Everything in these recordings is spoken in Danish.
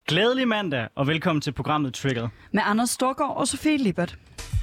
Glædelig mandag, og velkommen til programmet Triggered. Med Anders Storgård og Sofie Lippert.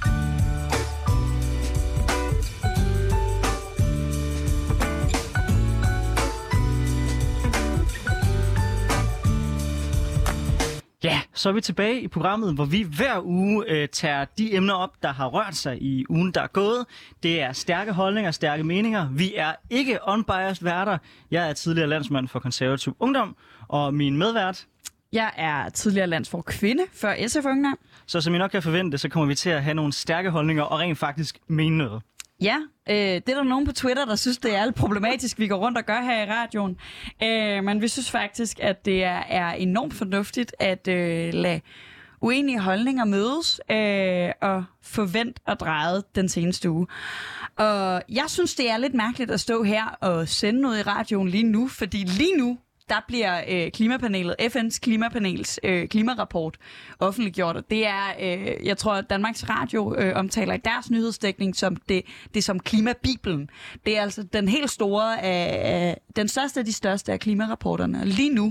Ja, så er vi tilbage i programmet, hvor vi hver uge tager de emner op, der har rørt sig i ugen, der er gået. Det er stærke holdninger, stærke meninger. Vi er ikke unbiased værter. Jeg er tidligere landsmand for Konservativ Ungdom, og min medvært... Jeg er tidligere landsformand kvinde for SF Ungdom. Så som I nok kan forvente, så kommer vi til at have nogle stærke holdninger og rent faktisk mene noget. Ja, det er der nogen på Twitter, der synes, det er alt problematisk, vi går rundt og gør her i radioen. Men vi synes faktisk, at det er enormt fornuftigt at lade uenige holdninger mødes og forvent og drejet den seneste uge. Og jeg synes, det er lidt mærkeligt at stå her og sende noget i radioen lige nu, fordi lige nu, der bliver klimapanelet, FN's klimapanels klimarapport offentliggjort, og det er, jeg tror, at Danmarks Radio omtaler i deres nyhedsdækning som det som klimabibelen. Det er altså den helt store, den største af de største af klimarapporterne. Og lige nu,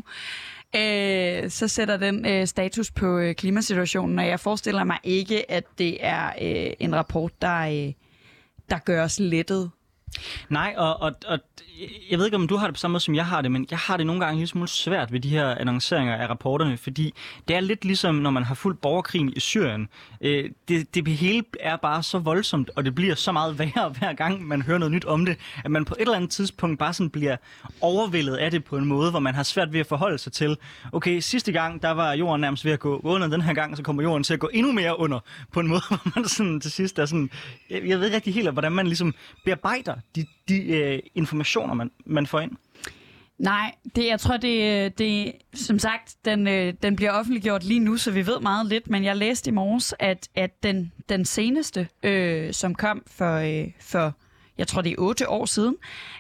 så sætter den status på klimasituationen, og jeg forestiller mig ikke, at det er en rapport, der gør os lettet. Nej, og jeg ved ikke, om du har det på samme måde, som jeg har det, men jeg har det nogle gange en lille smule svært ved de her annonceringer af rapporterne, fordi det er lidt ligesom, når man har fulgt borgerkrigen i Syrien. Det hele er bare så voldsomt, og det bliver så meget værre hver gang, man hører noget nyt om det, at man på et eller andet tidspunkt bare sådan bliver overvældet af det på en måde, hvor man har svært ved at forholde sig til, okay, sidste gang, der var jorden nærmest ved at gå under, den her gang, så kommer jorden til at gå endnu mere under, på en måde, hvor man sådan til sidst er sådan, jeg ved ikke rigtig helt, hvordan man ligesom bearbejder de informationer, man får ind. Nej, jeg tror, det som sagt, den bliver offentliggjort lige nu, så vi ved meget lidt, men jeg læste i morges, at den seneste, som kom for, jeg tror det er 8 år siden,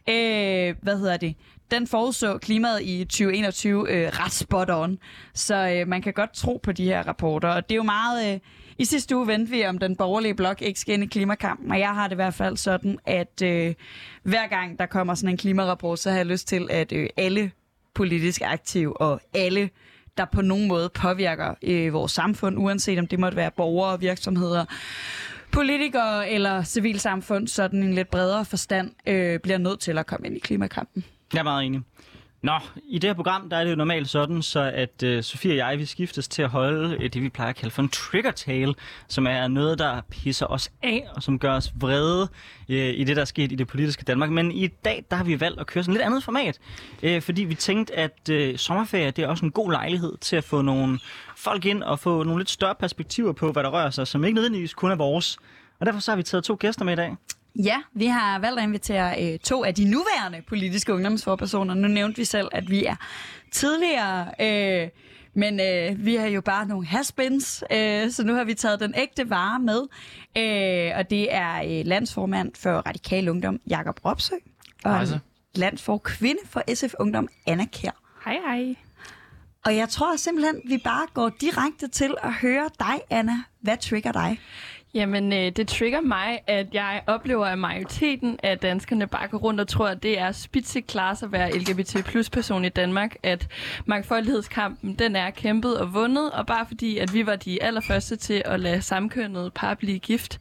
den forudså klimaet i 2021 ret spot on, så man kan godt tro på de her rapporter, og det er jo meget... I sidste uge vendte vi, om den borgerlige blok ikke skal ind i klimakampen, og jeg har det i hvert fald sådan, at hver gang der kommer sådan en klimarapport, så har jeg lyst til, at alle politisk aktive og alle, der på nogen måde påvirker vores samfund, uanset om det måtte være borgere, virksomheder, politikere eller civilsamfund, sådan en lidt bredere forstand, bliver nødt til at komme ind i klimakampen. Jeg er meget enig. Nå, i det her program, der er det jo normalt sådan, så at Sofie og jeg, vi skiftes til at holde det, vi plejer at kalde for en trigger tale, som er noget, der pisser os af, og som gør os vrede i det, der er sket i det politiske Danmark. Men i dag, der har vi valgt at køre sådan et lidt andet format, fordi vi tænkte, at sommerferie, det er også en god lejlighed til at få nogle folk ind og få nogle lidt større perspektiver på, hvad der rører sig, som ikke nødvendigvis kun er vores. Og derfor så har vi taget 2 gæster med i dag. Ja, vi har valgt at invitere 2 af de nuværende politiske ungdomsforpersoner. Nu nævnte vi selv, at vi er tidligere, men vi har jo bare nogle has-beens, så nu har vi taget den ægte vare med. Og det er landsformand for Radikal Ungdom, Jakob Robsø, og landsformand kvinde for SF Ungdom, Anna Kjær. Hej, hej. Og jeg tror simpelthen, vi bare går direkte til at høre dig, Anna. Hvad trigger dig? Jamen, det trigger mig, at jeg oplever, at majoriteten af danskerne bare går rundt og tror, at det er spidseklas at være LGBT+-person i Danmark, at mangfoldighedskampen, den er kæmpet og vundet, og bare fordi, at vi var de allerførste til at lade samkønnede par blive gift,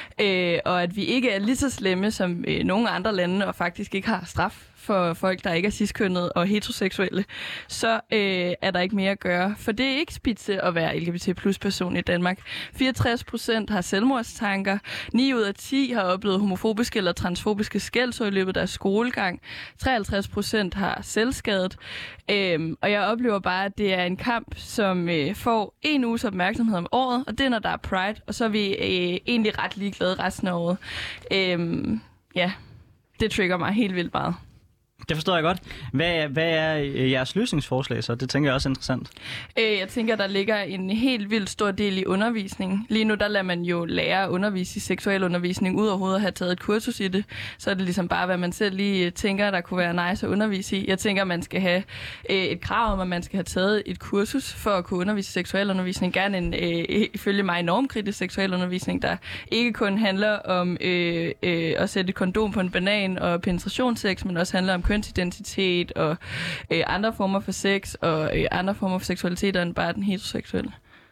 og at vi ikke er lige så slemme som nogle andre lande, og faktisk ikke har straf for folk, der ikke er ciskønnede og heteroseksuelle, så er der ikke mere at gøre. For det er ikke spidse at være LGBT+-person i Danmark. 64% har selvmordstanker. 9 ud af 10 har oplevet homofobiske eller transfobiske skældsord i løbet af deres skolegang. 53% har selvskadet. Og jeg oplever bare, at det er en kamp, som får 1 uges opmærksomhed om året, og det er, når der er Pride, og så er vi egentlig ret ligeglade resten af året. Ja, det trigger mig helt vildt meget. Det forstår jeg godt. Hvad er jeres løsningsforslag så? Det tænker jeg også er interessant. Jeg tænker, der ligger en helt vildt stor del i undervisning. Lige nu, der lader man jo lære at undervise i seksualundervisning, ud overhovedet at have taget et kursus i det. Så er det ligesom bare, hvad man selv lige tænker, der kunne være nice at undervise i. Jeg tænker, at man skal have et krav om, at man skal have taget et kursus for at kunne undervise i seksualundervisning. Gerne en, ifølge mig, normkritisk seksualundervisning, der ikke kun handler om at sætte et kondom på en banan og penetrationssex, men også handler om kønsidentitet og andre former for sex og andre former for seksualitet end bare den heteroseksuelle.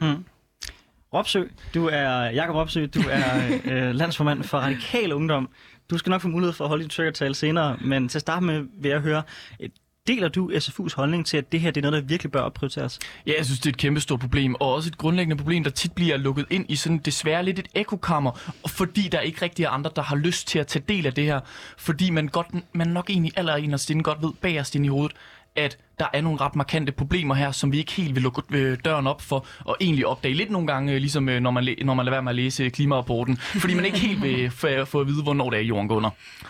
Robsø, du er Jakob Robsø, du er landsformand for Radikal Ungdom. Du skal nok få mulighed for at holde din triggertale senere, men til at starte med vil jeg høre, deler du SFU's holdning til, at det her det er noget, der virkelig bør opprioriteres? Ja, jeg synes, det er et kæmpestort problem, og også et grundlæggende problem, der tit bliver lukket ind i sådan desværre lidt et ekokammer, fordi der ikke rigtig er andre, der har lyst til at tage del af det her, fordi man nok egentlig allerinderst inde godt ved bagerst inde i hovedet, at der er nogle ret markante problemer her, som vi ikke helt vil lukke døren op for, og egentlig opdage lidt nogle gange, ligesom når man lader være med at læse klimarapporten, fordi man ikke helt vil få at vide, hvornår det er jorden går under.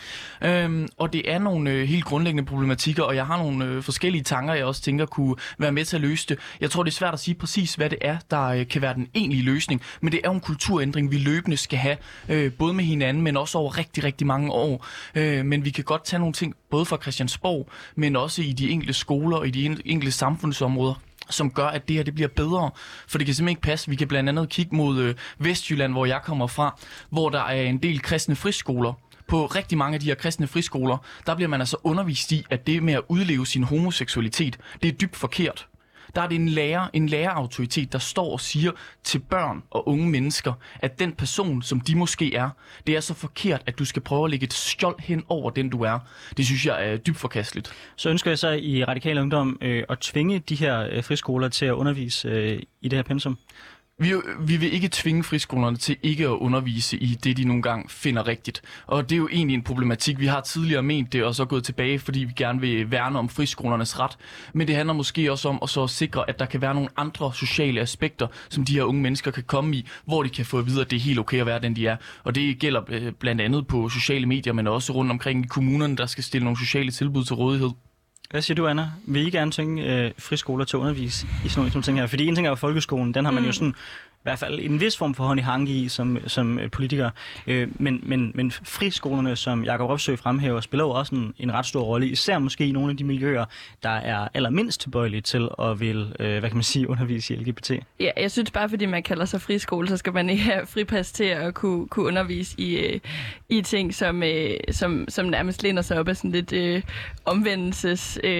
Og det er nogle helt grundlæggende problematikker, og jeg har nogle forskellige tanker, jeg også tænker kunne være med til at løse det. Jeg tror, det er svært at sige præcis, hvad det er, der kan være den egentlige løsning, men det er jo en kulturændring, vi løbende skal have, både med hinanden, men også over rigtig, rigtig mange år. Men vi kan godt tage nogle ting, både fra Christiansborg, men også i de enkelte skoler og i de enkelte samfundsområder, som gør, at det her det bliver bedre. For det kan simpelthen ikke passe. Vi kan blandt andet kigge mod Vestjylland, hvor jeg kommer fra, hvor der er en del kristne friskoler. På rigtig mange af de her kristne friskoler, der bliver man altså undervist i, at det med at udleve sin homoseksualitet, det er dybt forkert. Der er det en lærerautoritet, der står og siger til børn og unge mennesker, at den person, som de måske er, det er så forkert, at du skal prøve at lægge et skjold hen over den, du er. Det synes jeg er dybt forkasteligt. Så ønsker jeg så i Radikal Ungdom at tvinge de her friskoler til at undervise i det her pensum? Vi vil ikke tvinge friskolerne til ikke at undervise i det, de nogle gange finder rigtigt. Og det er jo egentlig en problematik. Vi har tidligere ment det, og så gået tilbage, fordi vi gerne vil værne om friskolernes ret. Men det handler måske også om at så sikre, at der kan være nogle andre sociale aspekter, som de her unge mennesker kan komme i, hvor de kan få at vide, at det er helt okay at være den, de er. Og det gælder blandt andet på sociale medier, men også rundt omkring i kommunerne, der skal stille nogle sociale tilbud til rådighed. Hvad siger du, Anna? Vil I gerne tvinge friskoler til at undervise i sådan nogle ting her? Fordi en ting er jo folkeskolen, den har man jo sådan i hvert fald en vis form for hånd i hanke i som politiker. Men friskolerne, som Jakob Robsø fremhæver, spiller jo også en ret stor rolle, især måske i nogle af de miljøer, der er allermindst tilbøjelige til at vil, undervise i LGBT. Ja, jeg synes bare, fordi man kalder sig friskole, så skal man ikke have fripas til at kunne undervise i ting, som nærmest læner sig op af sådan lidt omvendelses...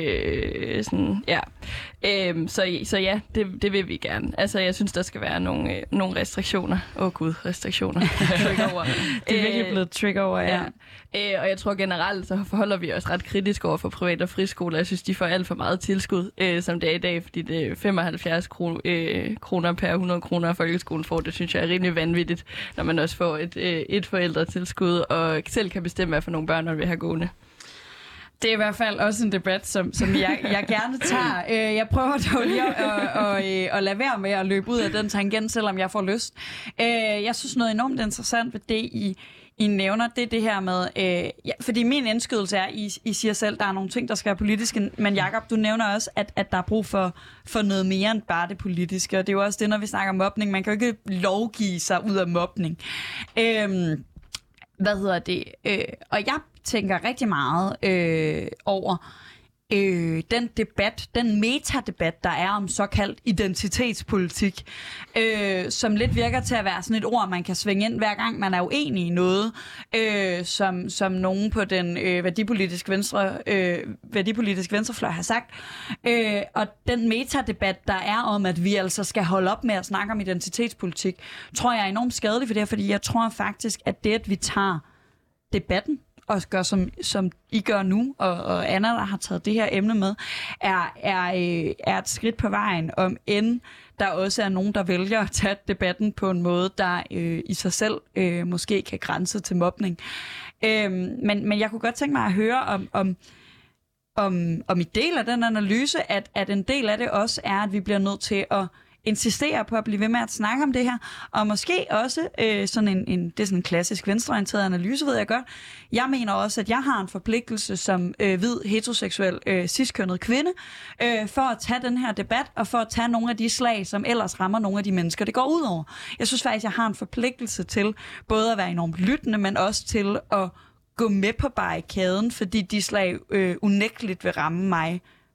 Så ja, det vil vi gerne. Altså, jeg synes, der skal være nogle restriktioner. Restriktioner. Trigger-ord. Det er virkelig blevet trigger-ord, ja. Og jeg tror generelt, så forholder vi os ret kritisk over for privat- og friskoler. Jeg synes, de får alt for meget tilskud, som det er i dag, fordi det er 75 kroner per 100 kroner, folkeskolen får. Det synes jeg er rimelig vanvittigt, når man også får et forældretilskud, og selv kan bestemme, hvad for nogle børn man vil have gående. Det er i hvert fald også en debat, som jeg gerne tager. Jeg prøver dog lige at lade være med at løbe ud af den tangent, selvom jeg får lyst. Jeg synes noget enormt interessant ved det, I nævner, det er det her med... fordi min indskydelse er, I siger selv, der er nogle ting, der skal være politiske, men Jakob, du nævner også, at der er brug for noget mere end bare det politiske, og det er jo også det, når vi snakker om mobning. Man kan jo ikke lovgive sig ud af mobning. Og jeg tænker rigtig meget over den debat, den metadebat, der er om såkaldt identitetspolitik, som lidt virker til at være sådan et ord, man kan svinge ind, hver gang man er uenig i noget, som nogen på den værdipolitiske venstrefløj har sagt. Og den metadebat, der er om, at vi altså skal holde op med at snakke om identitetspolitik, tror jeg er enormt skadelig for det her, fordi jeg tror faktisk, at det, at vi tager debatten, og gør som I gør nu, og Anna, der har taget det her emne med, er et skridt på vejen, om end der også er nogen, der vælger at tage debatten på en måde, der i sig selv måske kan grænse til mobning. Men jeg kunne godt tænke mig at høre om I deler den analyse, at en del af det også er, at vi bliver nødt til at insistere på at blive ved med at snakke om det her, og måske også det er sådan en klassisk venstreorienteret analyse, ved jeg godt. Jeg mener også, at jeg har en forpligtelse som hvid, heteroseksuel, cis-kønnet kvinde, for at tage den her debat, og for at tage nogle af de slag, som ellers rammer nogle af de mennesker, det går ud over. Jeg synes faktisk, jeg har en forpligtelse til både at være enormt lyttende, men også til at gå med på barrikaden, fordi de slag unægteligt vil ramme mig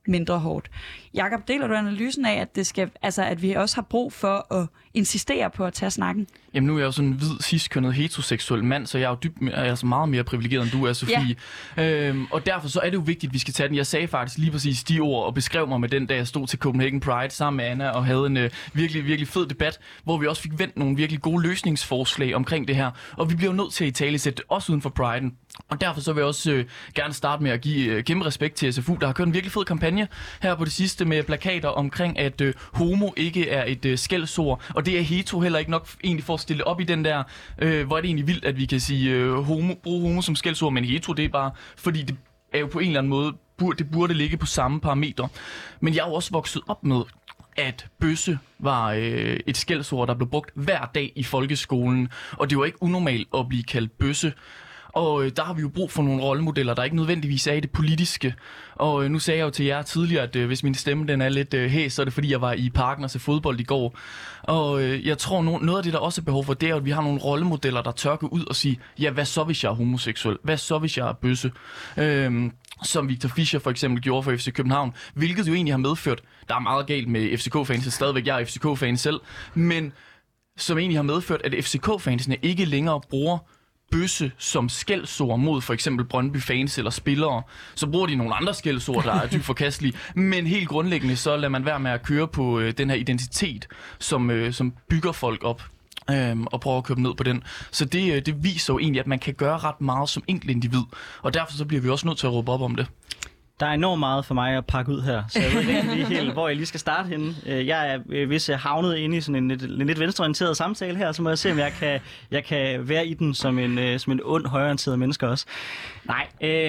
mindre hårdt. Jakob, deler du analysen af, at vi også har brug for at insistere på at tage snakken? Jamen nu er jeg jo sådan en hvid, cis-kønnet, heteroseksuel mand, så jeg er jo altså meget mere privilegeret, end du er, Sofie. Ja. Og derfor så er det jo vigtigt, at vi skal tage den. Jeg sagde faktisk lige præcis de ord og beskrev mig med den, da jeg stod til Copenhagen Pride sammen med Anna og havde en virkelig, virkelig fed debat, hvor vi også fik vendt nogle virkelig gode løsningsforslag omkring det her. Og vi bliver jo nødt til at italesætte det også uden for Pride'en. Og derfor så vil jeg også gerne starte med at give kæmpe respekt til SFU, der har kørt en virkelig fed kampagne her på det sidste med plakater omkring, at homo ikke er et skældsord, og det er hetero heller ikke nok egentlig for at stille op i den der, hvor er det egentlig vildt, at vi kan sige bruge homo som skældsord, men hetero det er bare, fordi det er jo på en eller anden måde, det burde ligge på samme parametre. Men jeg er jo også vokset op med, at bøsse var et skældsord, der blev brugt hver dag i folkeskolen, og det var ikke unormalt at blive kaldt bøsse. Og der har vi jo brug for nogle rollemodeller, der ikke nødvendigvis er i det politiske. Og nu sagde jeg jo til jer tidligere, at hvis min stemme den er lidt hæs, så er det fordi, jeg var i parken og så fodbold i går. Og jeg tror, noget af det, der også er behov for, det er at vi har nogle rollemodeller, der tør gå ud og sige, ja, hvad så hvis jeg er homoseksuel? Hvad så hvis jeg er bøsse? Som Victor Fischer for eksempel gjorde for FC København, hvilket jo egentlig har medført, der er meget galt med FCK-fans, stadigvæk jeg er FCK-fan selv, men som egentlig har medført, at FCK-fansene ikke længere bruger bøsse som skældsord mod for eksempel Brøndby-fans eller spillere, så bruger de nogle andre skældsord, der er dybt forkastelige. Men helt grundlæggende, så lader man være med at køre på den her identitet, som bygger folk op og prøver at køre dem ned på den. Så det viser jo egentlig, at man kan gøre ret meget som enkelt individ, og derfor så bliver vi også nødt til at råbe op om det. Der er enormt meget for mig at pakke ud her, så jeg ved ikke lige helt, hvor jeg lige skal starte henne. Jeg er vist havnet inde i sådan en lidt venstreorienteret samtale her, så må jeg se, om jeg kan være i den som en ond, højreorienteret menneske også. Nej,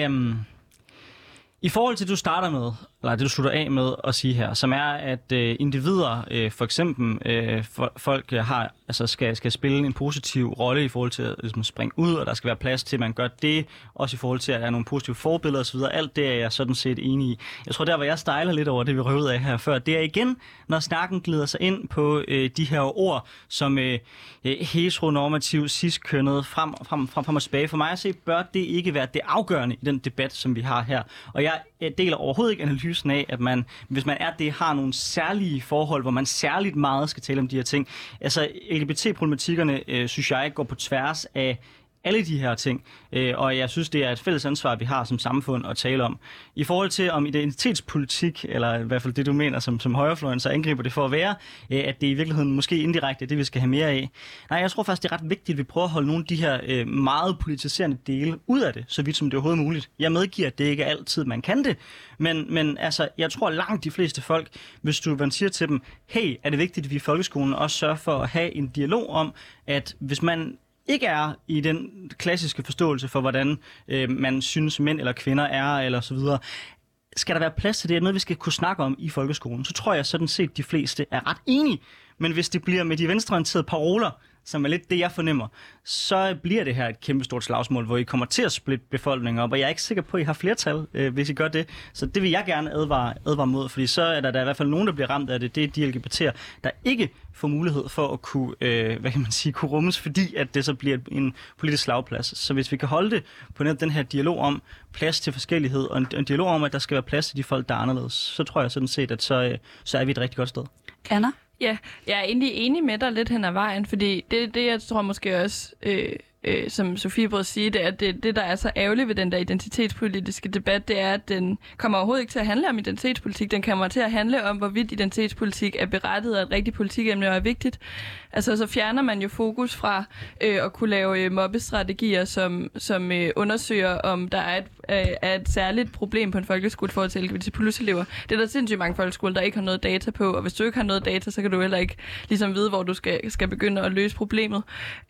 i forhold til det, du starter med, eller det, du slutter af med at sige her, som er, at individer, for eksempel folk skal spille en positiv rolle i forhold til at ligesom, springe ud, og der skal være plads til, at man gør det, også i forhold til, at der er nogle positive forbilleder osv. Alt det er jeg sådan set enig i. Jeg tror, der hvor jeg stejler lidt over det, vi røvede af her før, det er igen, når snakken glider sig ind på de her ord, som heteronormativ, cis-kønnet, frem og tilbage. For mig at se, bør det ikke være det afgørende i den debat, som vi har her. Og jeg deler overhovedet ikke analysen af, at man, hvis man er det, har nogle særlige forhold, hvor man særligt meget skal tale om de her ting. Altså, LGBT-problematikkerne, synes jeg, går på tværs af alle de her ting, og jeg synes, det er et fælles ansvar, vi har som samfund at tale om. I forhold til om identitetspolitik, eller i hvert fald det, du mener som højrefløjen, så angriber det for at være, at det i virkeligheden måske indirekte er det, vi skal have mere af. Nej, jeg tror faktisk, det er ret vigtigt, at vi prøver at holde nogle af de her meget politiserende dele ud af det, så vidt som det er overhovedet muligt. Jeg medgiver, at det ikke er altid, man kan det, men altså, jeg tror langt de fleste folk, hvis man siger til dem, hey, er det vigtigt, at vi i folkeskolen også sørger for at have en dialog om, at hvis man ikke er i den klassiske forståelse for, hvordan man synes mænd eller kvinder er, eller så videre, skal der være plads til det, er noget, vi skal kunne snakke om i folkeskolen, så tror jeg sådan set, de fleste er ret enige. Men hvis det bliver med de venstreorienterede paroler, som er lidt det, jeg fornemmer, så bliver det her et kæmpestort slagsmål, hvor I kommer til at splitte befolkningen op, og jeg er ikke sikker på, at I har flertal, hvis I gør det. Så det vil jeg gerne advare mod, fordi så er der i hvert fald nogen, der bliver ramt af det. Det er de LGBT'er, der ikke får mulighed for at kunne, kunne rummes, fordi at det så bliver en politisk slagplads. Så hvis vi kan holde det på den her dialog om plads til forskellighed, og en dialog om, at der skal være plads til de folk, der er anderledes, så tror jeg sådan set, at så er vi et rigtig godt sted. Anna? Ja, jeg er egentlig enig med dig lidt hen ad vejen, fordi det jeg tror måske også, som Sofie prøvede at sige, det er, at det, der er så ærgerligt ved den der identitetspolitiske debat, det er, at den kommer overhovedet ikke til at handle om identitetspolitik. Den kommer til at handle om, hvorvidt identitetspolitik er berettiget, og et rigtigt politikemne er vigtigt. Altså, så fjerner man jo fokus fra at kunne lave mobbestrategier, som undersøger, om der er et særligt problem på en folkeskole i forhold til LGBT+-elever. Det er der sindssygt mange folkeskoler, der ikke har noget data på, og hvis du ikke har noget data, så kan du heller ikke ligesom vide, hvor du skal begynde at løse problemet.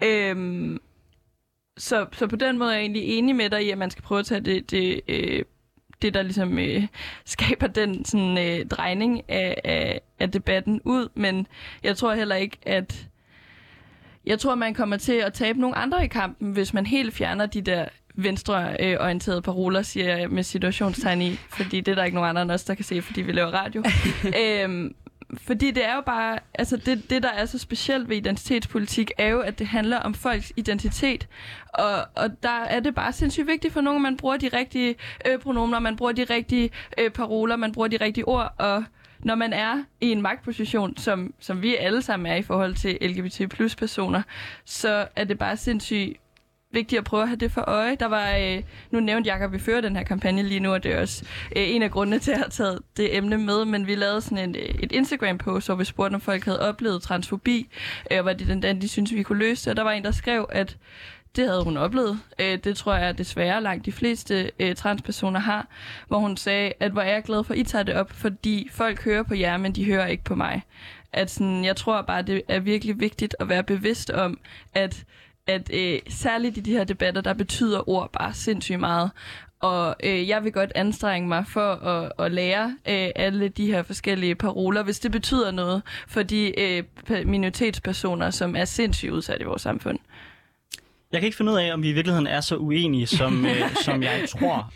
Så på den måde er jeg egentlig enig med dig i, at man skal prøve at tage det der ligesom skaber den sådan, drejning af debatten ud. Men jeg tror heller ikke, at... Jeg tror, man kommer til at tabe nogle andre i kampen, hvis man helt fjerner de der venstreorienterede paroler, siger jeg med situationstegn i, fordi det er der ikke nogen andre end os, der kan se, fordi vi laver radio. Fordi det er jo bare, altså det der er så specielt ved identitetspolitik, er jo, at det handler om folks identitet. Og der er det bare sindssygt vigtigt for nogen, at man bruger de rigtige pronomer, man bruger de rigtige paroler, man bruger de rigtige ord, og når man er i en magtposition, som vi alle sammen er i forhold til LGBT plus personer, så er det bare sindssygt vigtigt at prøve at have det for øje. Der var, nu nævnte Jakob, vi fører den her kampagne lige nu, og det er også en af grundene til at have taget det emne med, men vi lavede sådan et Instagram-post, hvor vi spurgte, om folk havde oplevet transfobi, og hvad de synes, vi kunne løse det. Og der var en, der skrev, at det havde hun oplevet. Det tror jeg desværre langt de fleste transpersoner har, hvor hun sagde, at hvor er jeg glad for, at I tager det op, fordi folk hører på jer, men de hører ikke på mig. At sådan, jeg tror bare, det er virkelig vigtigt at være bevidst om, at særligt i de her debatter, der betyder ord bare sindssygt meget. Og jeg vil godt anstrenge mig for at lære alle de her forskellige paroler, hvis det betyder noget for de minoritetspersoner, som er sindssygt udsat i vores samfund. Jeg kan ikke finde ud af, om vi i virkeligheden er så uenige, som jeg tror.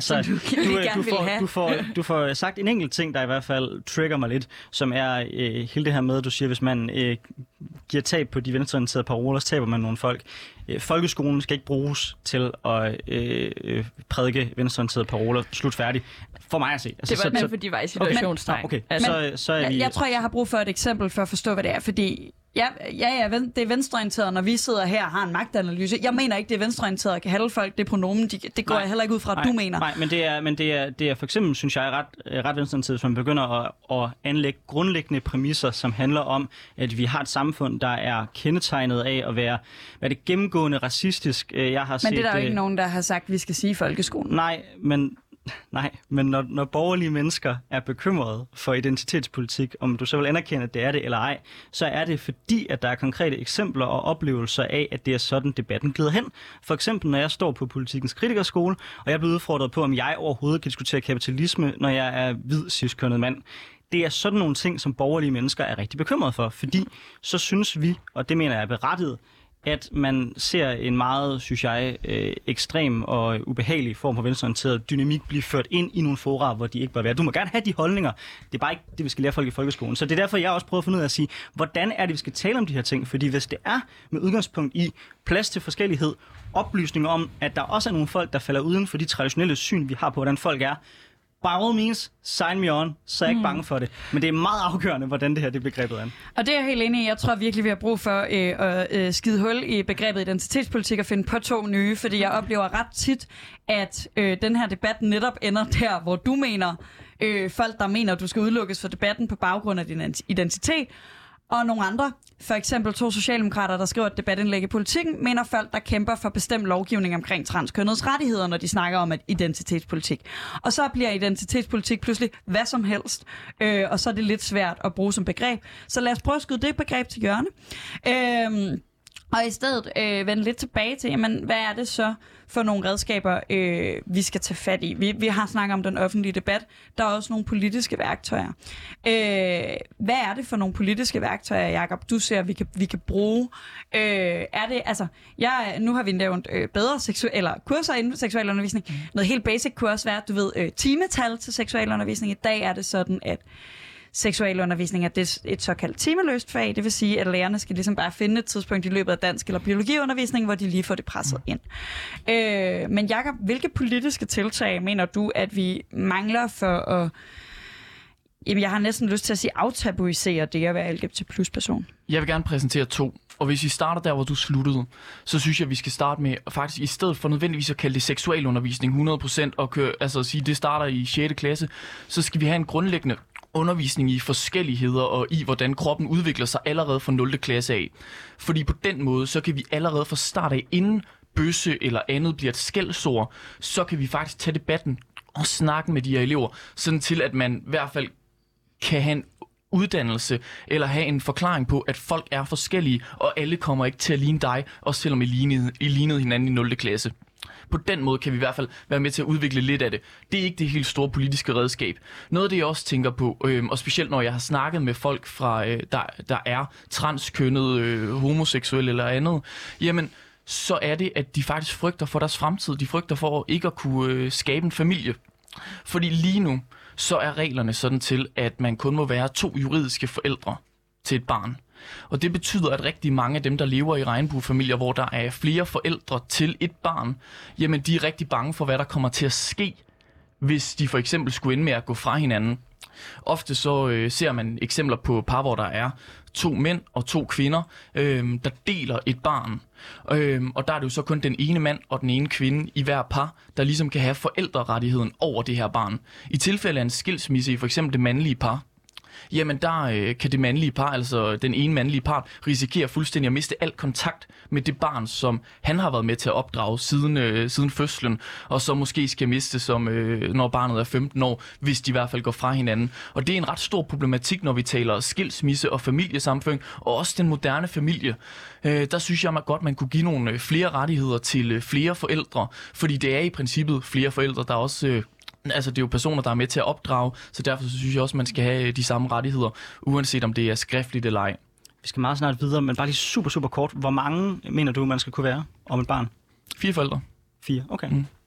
Du får sagt en enkelt ting, der i hvert fald trigger mig lidt, som er hele det her med, at du siger, hvis man giver tab på de venstreorienterede paroler, så taber man nogle folk. Folkeskolen skal ikke bruges til at prædike venstreorienterede paroler. Slut færdig. For mig at se. Altså, det var fordi de var i situationstegn. Okay. Så er vi... Jeg tror, jeg har brug for et eksempel for at forstå, hvad det er, fordi ja, det er venstreorienteret, når vi sidder her og har en magtanalyse. Jeg mener ikke, det er venstreorienteret at kan halde folk det pronomen. Det går jeg heller ikke ud fra, at du mener. Nej, men det er for eksempel, synes jeg, ret venstreorienteret, hvis man begynder at anlægge grundlæggende præmisser, som handler om, at vi har et samfund, der er kendetegnet af at være det gennemgående racistisk. Men det er der jo ikke nogen, der har sagt, at vi skal sige i folkeskolen. Nej, men når borgerlige mennesker er bekymrede for identitetspolitik, om du så vil anerkende, at det er det eller ej, så er det fordi, at der er konkrete eksempler og oplevelser af, at det er sådan, debatten glider hen. For eksempel, når jeg står på Politikens Kritikerskole, og jeg bliver udfordret på, om jeg overhovedet kan diskutere kapitalisme, når jeg er hvid, cis-kønnet mand. Det er sådan nogle ting, som borgerlige mennesker er rigtig bekymrede for, fordi så synes vi, og det mener jeg er berettiget, at man ser en meget, synes jeg, ekstrem og ubehagelig form for venstreorienteret dynamik blive ført ind i nogle fora, hvor de ikke bør være. Du må gerne have de holdninger. Det er bare ikke det, vi skal lære folk i folkeskolen. Så det er derfor, jeg også prøver at finde ud af at sige, hvordan er det, vi skal tale om de her ting? Fordi hvis det er med udgangspunkt i plads til forskellighed, oplysninger om, at der også er nogle folk, der falder uden for de traditionelle syn, vi har på, hvordan folk er, by all means, sign me on, så er jeg ikke bange for det. Men det er meget afgørende, hvordan det her det bliver grebet an. Og det er jeg helt enig i. Jeg tror virkelig, vi har brug for at skide hul i begrebet identitetspolitik og finde på 2 nye, fordi jeg oplever ret tit, at den her debat netop ender der, hvor du mener, folk der mener, at du skal udelukkes for debatten på baggrund af din identitet, og nogle andre, for eksempel 2 socialdemokrater, der skriver et debatindlæg i Politikken, mener folk, der kæmper for bestemt lovgivning omkring transkønnedes rettigheder, når de snakker om identitetspolitik. Og så bliver identitetspolitik pludselig hvad som helst, og så er det lidt svært at bruge som begreb. Så lad os prøve at skyde det begreb til hjørne. Og i stedet vende lidt tilbage til, jamen, hvad er det så for nogle redskaber, vi skal tage fat i? Vi har snakket om den offentlige debat. Der er også nogle politiske værktøjer. Hvad er det for nogle politiske værktøjer, Jakob, du ser, vi kan bruge? Er det, altså, nu har vi nævnt bedre kurser inden for seksualundervisning. Noget helt basic kunne også være, du ved, timetal til seksualundervisning. I dag er det sådan, at seksualundervisning er et såkaldt timeløst fag. Det vil sige, at lærerne skal ligesom bare finde et tidspunkt i løbet af dansk eller biologiundervisning, hvor de lige får det presset ind. Men Jakob, hvilke politiske tiltag mener du, at vi mangler for at... Jamen, jeg har næsten lyst til at sige aftabuisere det at være LGBT plus person. Jeg vil gerne præsentere 2. Og hvis vi starter der, hvor du sluttede, så synes jeg, at vi skal starte med, faktisk i stedet for nødvendigvis at kalde det seksualundervisning 100%, og altså at sige, at det starter i 6. klasse, så skal vi have en grundlæggende undervisning i forskelligheder og i, hvordan kroppen udvikler sig allerede fra 0. klasse af. Fordi på den måde, så kan vi allerede fra start af, inden bøsse eller andet bliver et skældsord, så kan vi faktisk tage debatten og snakke med de her elever, sådan til at man i hvert fald kan have en uddannelse eller have en forklaring på, at folk er forskellige, og alle kommer ikke til at ligne dig, også selvom I lignede hinanden i 0. klasse. På den måde kan vi i hvert fald være med til at udvikle lidt af det. Det er ikke det helt store politiske redskab. Noget af det, jeg også tænker på, og specielt når jeg har snakket med folk, fra, der er transkønnet, homoseksuelle eller andet, jamen, så er det, at de faktisk frygter for deres fremtid. De frygter for ikke at kunne skabe en familie. Fordi lige nu, så er reglerne sådan til, at man kun må være 2 juridiske forældre til et barn. Og det betyder, at rigtig mange af dem, der lever i regnbuefamilier, hvor der er flere forældre til et barn, jamen de er rigtig bange for, hvad der kommer til at ske, hvis de for eksempel skulle ende med at gå fra hinanden. Ofte så ser man eksempler på par, hvor der er 2 mænd og 2 kvinder, der deler et barn. Og der er det jo så kun den ene mand og den ene kvinde i hver par, der ligesom kan have forældrerettigheden over det her barn. I tilfælde af en skilsmisse i for eksempel det mandlige par, jamen der kan det mandlige par, altså den ene mandlige part, risikere fuldstændig at miste al kontakt med det barn, som han har været med til at opdrage siden fødslen, og så måske skal miste som når barnet er 15 år, hvis de i hvert fald går fra hinanden. Og det er en ret stor problematik, når vi taler skilsmisse og familiesammenføring, og også den moderne familie. Der synes jeg godt, man kunne give nogle flere rettigheder til flere forældre, fordi det er i princippet flere forældre, der også... Altså, det er jo personer, der er med til at opdrage, så derfor synes jeg også, man skal have de samme rettigheder, uanset om det er skriftligt eller ej. Vi skal meget snart videre, men bare lige super, super kort. Hvor mange mener du, man skal kunne være om et barn? 4 forældre. 4, okay.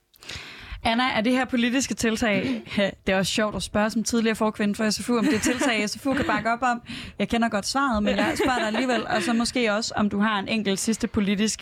Anna, er det her politiske tiltag, det er også sjovt at spørge som tidligere forkvinde for SFU, om det er tiltag, SFU kan bakke op om. Jeg kender godt svaret, men jeg spørger dig alligevel, og så måske også, om du har en enkelt sidste politisk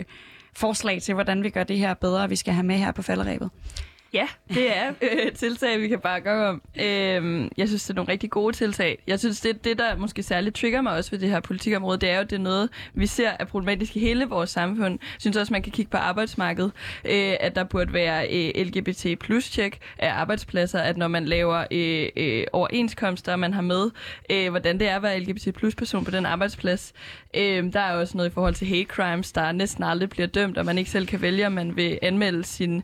forslag til, hvordan vi gør det her bedre, vi skal have med her på falderebet. Ja, det er tiltag, vi kan bakke op om. Jeg synes, det er nogle rigtig gode tiltag. Jeg synes, det der måske særligt trigger mig også ved det her politikområde, det er jo, det er noget, vi ser er problematisk i hele vores samfund. Jeg synes også, man kan kigge på arbejdsmarkedet, at der burde være LGBT plus-tjek af arbejdspladser, at når man laver overenskomster, man har med, hvordan det er at være LGBT plus-person på den arbejdsplads. Der er også noget i forhold til hate crimes, der næsten aldrig bliver dømt, og man ikke selv kan vælge, om man vil anmelde sin...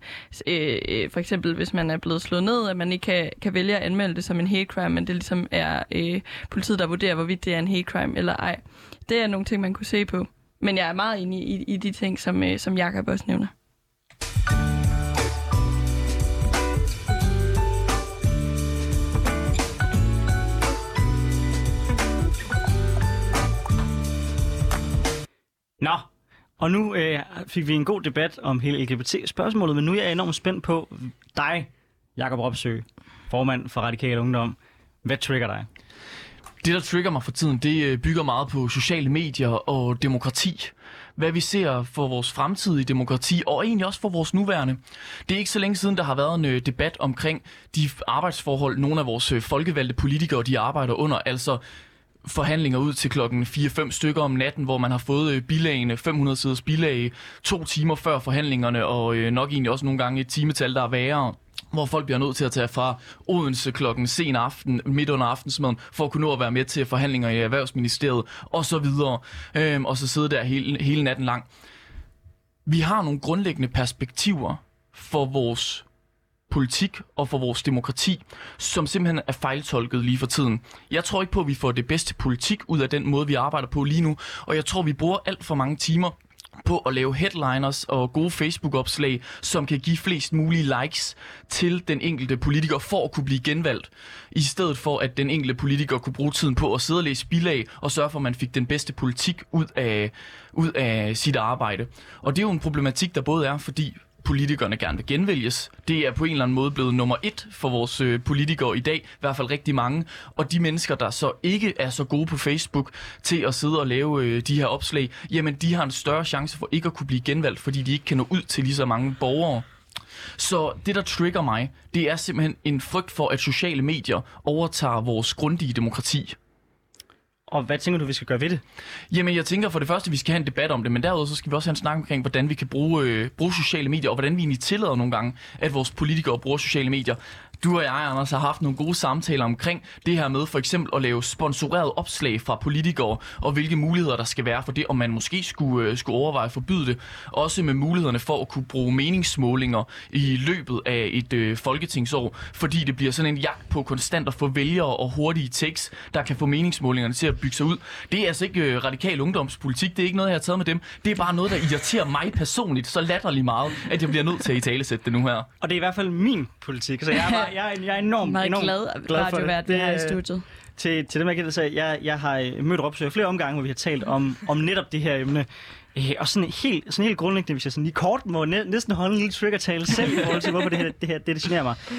for eksempel, hvis man er blevet slået ned, at man ikke kan vælge at anmelde det som en hate crime, men det ligesom er politiet, der vurderer, hvorvidt det er en hate crime eller ej. Det er nogle ting, man kunne se på. Men jeg er meget enig i de ting, som Jakob også nævner. Nå, og nu fik vi en god debat om hele LGBT-spørgsmålet, men nu er jeg enormt spændt på dig, Jakob Robsøe, formand for Radikal Ungdom. Hvad trigger dig? Det, der trigger mig for tiden, det bygger meget på sociale medier og demokrati. Hvad vi ser for vores fremtidige demokrati, og egentlig også for vores nuværende. Det er ikke så længe siden, der har været en debat omkring de arbejdsforhold, nogle af vores folkevalgte politikere, de arbejder under, altså forhandlinger ud til klokken 4-5 stykker om natten, hvor man har fået bilagene, 500 siders bilag, 2 timer før forhandlingerne, og nok egentlig også nogle gange et timetal, der er værre, hvor folk bliver nødt til at tage fra Odense klokken sen aften, midt under aftensmaden, for at kunne nå at være med til forhandlinger i Erhvervsministeriet, og så videre, og så sidde der hele natten lang. Vi har nogle grundlæggende perspektiver for vores politik og for vores demokrati, som simpelthen er fejltolket lige for tiden. Jeg tror ikke på, at vi får det bedste politik ud af den måde, vi arbejder på lige nu, og jeg tror, vi bruger alt for mange timer på at lave headliners og gode Facebook-opslag, som kan give flest mulige likes til den enkelte politiker for at kunne blive genvalgt, i stedet for at den enkelte politiker kunne bruge tiden på at sidde og læse bilag og sørge for, at man fik den bedste politik ud af sit arbejde. Og det er jo en problematik, der både er, fordi politikerne gerne vil genvælges. Det er på en eller anden måde blevet nummer 1 for vores politikere i dag, i hvert fald rigtig mange. Og de mennesker, der så ikke er så gode på Facebook til at sidde og lave de her opslag, jamen de har en større chance for ikke at kunne blive genvalgt, fordi de ikke kan nå ud til lige så mange borgere. Så det, der trigger mig, det er simpelthen en frygt for, at sociale medier overtager vores grundige demokrati. Og hvad tænker du, vi skal gøre ved det? Jamen, jeg tænker for det første, at vi skal have en debat om det, men derudover så skal vi også have en snak omkring, hvordan vi kan bruge sociale medier, og hvordan vi egentlig tillader nogle gange, at vores politikere bruger sociale medier. Du og jeg, Anders, har haft nogle gode samtaler omkring det her med for eksempel at lave sponsoreret opslag fra politikere, og hvilke muligheder der skal være for det, om man måske skulle overveje at forbyde det. Også med mulighederne for at kunne bruge meningsmålinger i løbet af et folketingsår, fordi det bliver sådan en jagt på konstant at få vælgere og hurtige tekst, der kan få meningsmålingerne til at bygge sig ud. Det er altså ikke radikal ungdomspolitik, det er ikke noget, jeg har taget med dem. Det er bare noget, der irriterer mig personligt så latterligt meget, at jeg bliver nødt til at italesætte det nu her. Og det er i hvert fald min politik, så jeg er enormt glad for det her i studiet. Til dem, jeg kan sige, jeg har mødt Robsøe flere omgange, hvor vi har talt om netop det her emne. Og sådan helt grundlæggende, hvis jeg sådan lige kort må næsten holde en lille trigger-tale selv i forhold til, hvorfor det generer mig.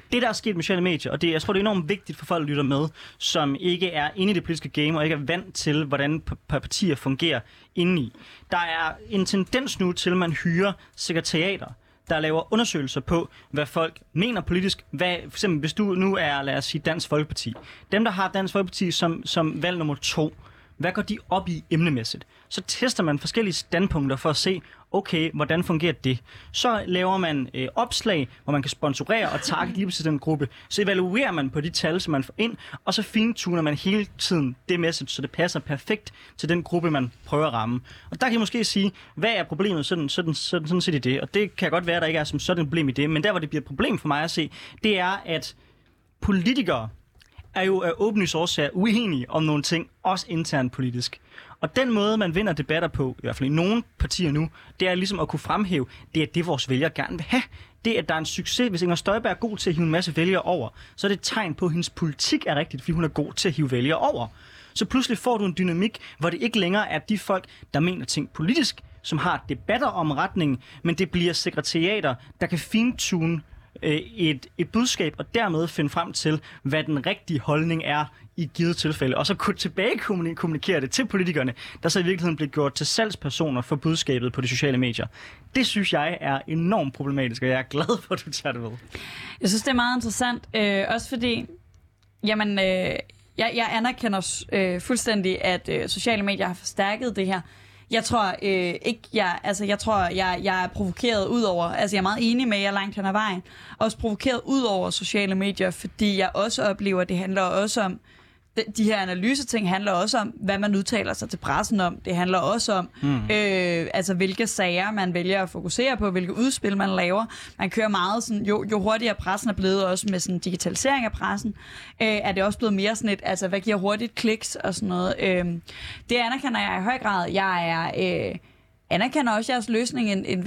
Det, der er sket med sociale medier, og jeg tror, det er enormt vigtigt for folk, der lytter med, som ikke er inde i det politiske game, og ikke er vant til, hvordan partier fungerer indeni. Der er en tendens nu til, at man hyrer sekretariater, der laver undersøgelser på, hvad folk mener politisk. For eksempel, hvis du nu er, lad os sige, Dansk Folkeparti. Dem, der har Dansk Folkeparti som valg nummer 2, hvad går de op i emnemæssigt? Så tester man forskellige standpunkter for at se, okay, hvordan fungerer det? Så laver man opslag, hvor man kan sponsorere og target lige til den gruppe. Så evaluerer man på de tal, som man får ind, og så fintuner man hele tiden det message, så det passer perfekt til den gruppe, man prøver at ramme. Og der kan jeg måske sige, hvad er problemet sådan set i det? Og det kan godt være, at der ikke er som sådan et problem i det, men der, hvor det bliver et problem for mig at se, det er, at politikere er jo af åbenlydsårsager uenige om nogle ting, også internt politisk. Og den måde, man vinder debatter på, i hvert fald i nogle partier nu, det er ligesom at kunne fremhæve, det er det, vores vælgere gerne vil have. Det, at der er en succes. Hvis Inger Støjberg er god til at hive en masse vælgere over, så er det et tegn på, at hendes politik er rigtigt, fordi hun er god til at hive vælgere over. Så pludselig får du en dynamik, hvor det ikke længere er de folk, der mener ting politisk, som har debatter om retningen, men det bliver sekretariater, der kan fintune et budskab, og dermed finde frem til, hvad den rigtige holdning er i givet tilfælde, og så kunne tilbage kommunikere det til politikerne, der så i virkeligheden bliver gjort til salgspersoner for budskabet på de sociale medier. Det synes jeg er enormt problematisk, og jeg er glad for, at du tager det ved. Jeg synes, det er meget interessant, også fordi, jamen, jeg anerkender fuldstændig, at sociale medier har forstærket det her. Jeg tror ikke, jeg er provokeret ud over, altså jeg er meget enig med jer langt hen ad vejen, også provokeret ud over sociale medier, fordi jeg også oplever, at det handler også om, de her analyseting handler også om, hvad man udtaler sig til pressen om. Det handler også om, altså hvilke sager man vælger at fokusere på, hvilke udspil man laver. Man kører meget sådan, jo hurtigere pressen er blevet, også med sådan digitalisering af pressen, er det også blevet mere sådan et, altså hvad giver hurtigt kliks og sådan noget. Det anerkender jeg i høj grad. Jeg anerkender også jeres løsning et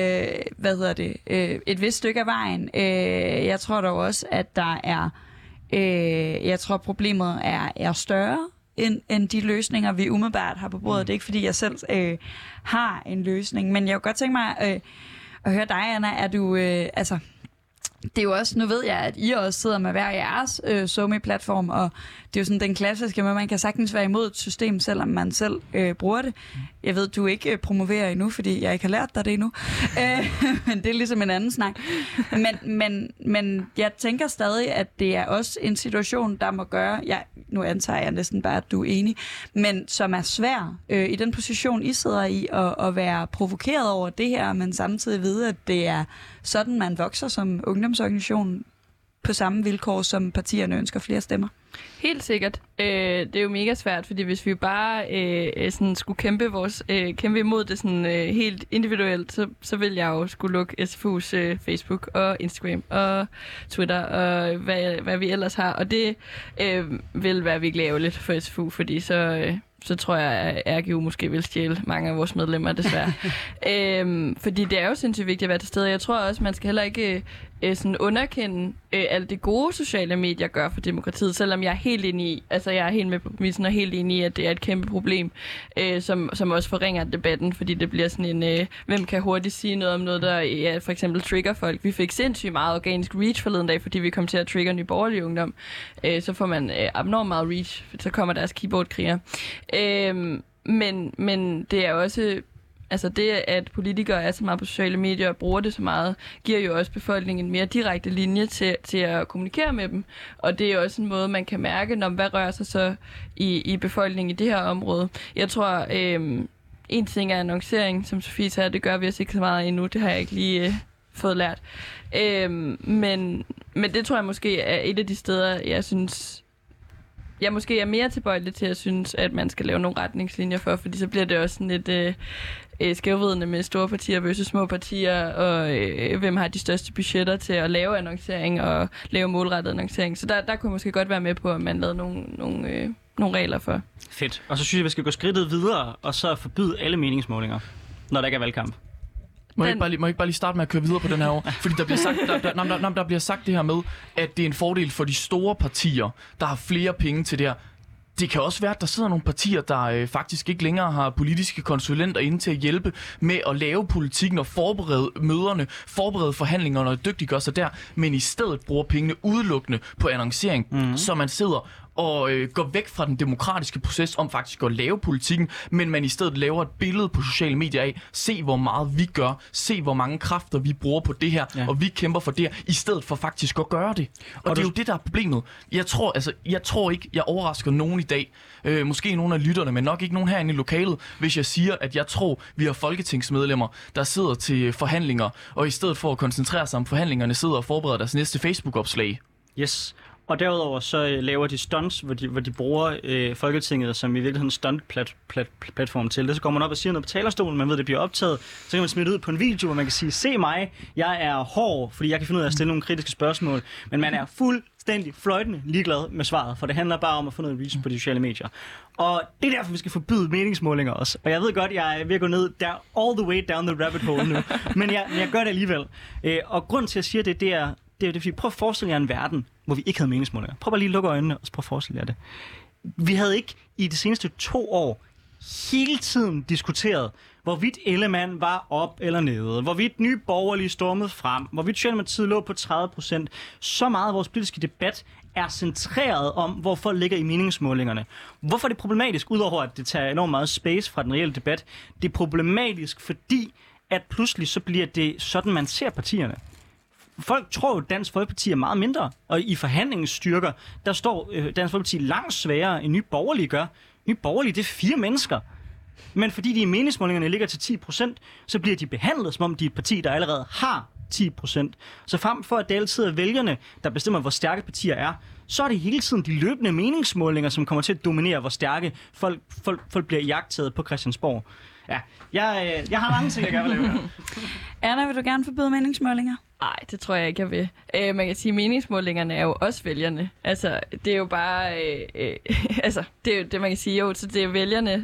vist stykke af vejen. Jeg tror dog også, at der er jeg tror, problemet er større end de løsninger, vi umiddelbart har på bordet. Det er ikke, fordi jeg selv har en løsning, men jeg kunne godt tænke mig at høre dig, Anna. Er du, det er jo også, nu ved jeg, at I også sidder med hver jeres SoMe-platform, og det er jo sådan den klassiske, at man kan sagtens være imod et system, selvom man selv bruger det. Jeg ved, du ikke promoverer endnu, fordi jeg ikke har lært dig det endnu. Men det er ligesom en anden snak. Men jeg tænker stadig, at det er også en situation, der må gøre, nu antager jeg næsten bare, at du er enig, men som er svær i den position, I sidder i, at være provokeret over det her, men samtidig vide, at det er sådan, man vokser som ungdomsorganisation på samme vilkår, som partierne ønsker flere stemmer. Helt sikkert. Det er jo mega svært, fordi hvis vi bare sådan skulle kæmpe imod det sådan, helt individuelt, så vil jeg jo skulle lukke SFU's Facebook og Instagram og Twitter og hvad vi ellers har. Og det vil være virkelig ærgerligt for SFU, fordi så tror jeg, at RGU måske vil stjæle mange af vores medlemmer, desværre. Fordi det er jo sindssygt vigtigt at være til stede. Jeg tror også, man skal heller ikke sådan underkende alt det gode sociale medier gør for demokratiet, selvom jeg er helt enig i, altså jeg er helt med på præmissen og helt enig i, at det er et kæmpe problem, som også forringer debatten, fordi det bliver sådan en, hvem kan hurtigt sige noget om noget, der for eksempel trigger folk. Vi fik sindssygt meget organisk reach forleden dag, fordi vi kom til at trigge Nye Borgerlige Ungdom. Så får man abnormt meget reach, så kommer deres keyboardkriger. Men det er også, altså det, at politikere er så meget på sociale medier og bruger det så meget, giver jo også befolkningen en mere direkte linje til at kommunikere med dem. Og det er også en måde, man kan mærke, når hvad rører sig så i befolkningen i det her område. Jeg tror, en ting er annoncering, som Sofie sagde, det gør vi os ikke så meget endnu. Det har jeg ikke lige fået lært. Men det tror jeg måske er et af de steder, jeg synes, jeg måske er mere tilbøjelig til at synes, at man skal lave nogle retningslinjer for, fordi så bliver det også sådan lidt skævvridende med store partier versus små partier, og hvem har de største budgetter til at lave annoncering og lave målrettet annoncering. Så der kunne måske godt være med på, at man lavede nogle regler for. Fedt. Og så synes jeg, vi skal gå skridtet videre, og så forbyde alle meningsmålinger, når der ikke er valgkamp. Må jeg ikke bare lige starte med at køre videre på den her år? Fordi der bliver sagt, der bliver sagt det her med, at det er en fordel for de store partier, der har flere penge til det her. Det kan også være, at der sidder nogle partier, der faktisk ikke længere har politiske konsulenter inde til at hjælpe med at lave politikken og forberede møderne, forberede forhandlingerne og dygtiggøre sig der, men i stedet bruger pengene udelukkende på annoncering, så man sidder og går væk fra den demokratiske proces om faktisk at lave politikken, men man i stedet laver et billede på sociale medier af, se hvor meget vi gør, se hvor mange kræfter vi bruger på det her, og vi kæmper for det her, i stedet for faktisk at gøre det. Og det er jo det, der er problemet. Jeg tror ikke, jeg overrasker nogen i dag, måske nogle af lytterne, men nok ikke nogen herinde i lokalet, hvis jeg siger, at jeg tror, vi har folketingsmedlemmer, der sidder til forhandlinger, og i stedet for at koncentrere sig om forhandlingerne, sidder og forbereder deres næste Facebook-opslag. Yes. Og derudover så laver de stunts, hvor de bruger Folketinget som i virkeligheden stunt-platform til det. Så går man op og siger noget på talerstolen, man ved, det bliver optaget. Så kan man smide det ud på en video, hvor man kan sige, se mig, jeg er hård, fordi jeg kan finde ud af at stille nogle kritiske spørgsmål. Men man er fuldstændig fløjtende ligeglad med svaret, for det handler bare om at få noget reach på de sociale medier. Og det er derfor, vi skal forbyde meningsmålinger også. Og jeg ved godt, jeg er ved at gå ned all the way down the rabbit hole nu. Men jeg gør det alligevel. Og grund til, at jeg siger det er fordi, prøv at forestille jer en verden, hvor vi ikke havde meningsmålinger. Prøv bare lige at lukke øjnene og prøv at forestille jer det. Vi havde ikke i de seneste 2 år hele tiden diskuteret, hvorvidt Ellemann var op eller nede, hvorvidt Nye Borgerlige stormede frem, hvorvidt Socialdemokratiet lå på 30%. Så meget af vores politiske debat er centreret om, hvor folk ligger i meningsmålingerne. Hvorfor er det problematisk, udover at det tager enormt meget space fra den reelle debat? Det er problematisk, fordi at pludselig så bliver det sådan, man ser partierne. Folk tror jo, at Dansk Folkeparti er meget mindre, og i forhandlingens styrker, der står Dansk Folkeparti langt sværere end Nye Borgerlige gør. Nye Borgerlige, det er 4 mennesker. Men fordi de i meningsmålingerne ligger til 10%, så bliver de behandlet, som om de er et parti, der allerede har 10%. Så frem for, at det altid er vælgerne, der bestemmer, hvor stærke partier er, så er det hele tiden de løbende meningsmålinger, som kommer til at dominere, hvor stærke folk bliver jagtet på Christiansborg. Ja, jeg har mange ting, jeg gerne vil lave her. Anna, vil du gerne forbyde meningsmålinger? Nej, det tror jeg ikke, jeg vil. Man kan sige, at meningsmålingerne er jo også vælgerne. Altså, det er jo bare... altså, det er jo det, man kan sige. Jo, så det er vælgerne,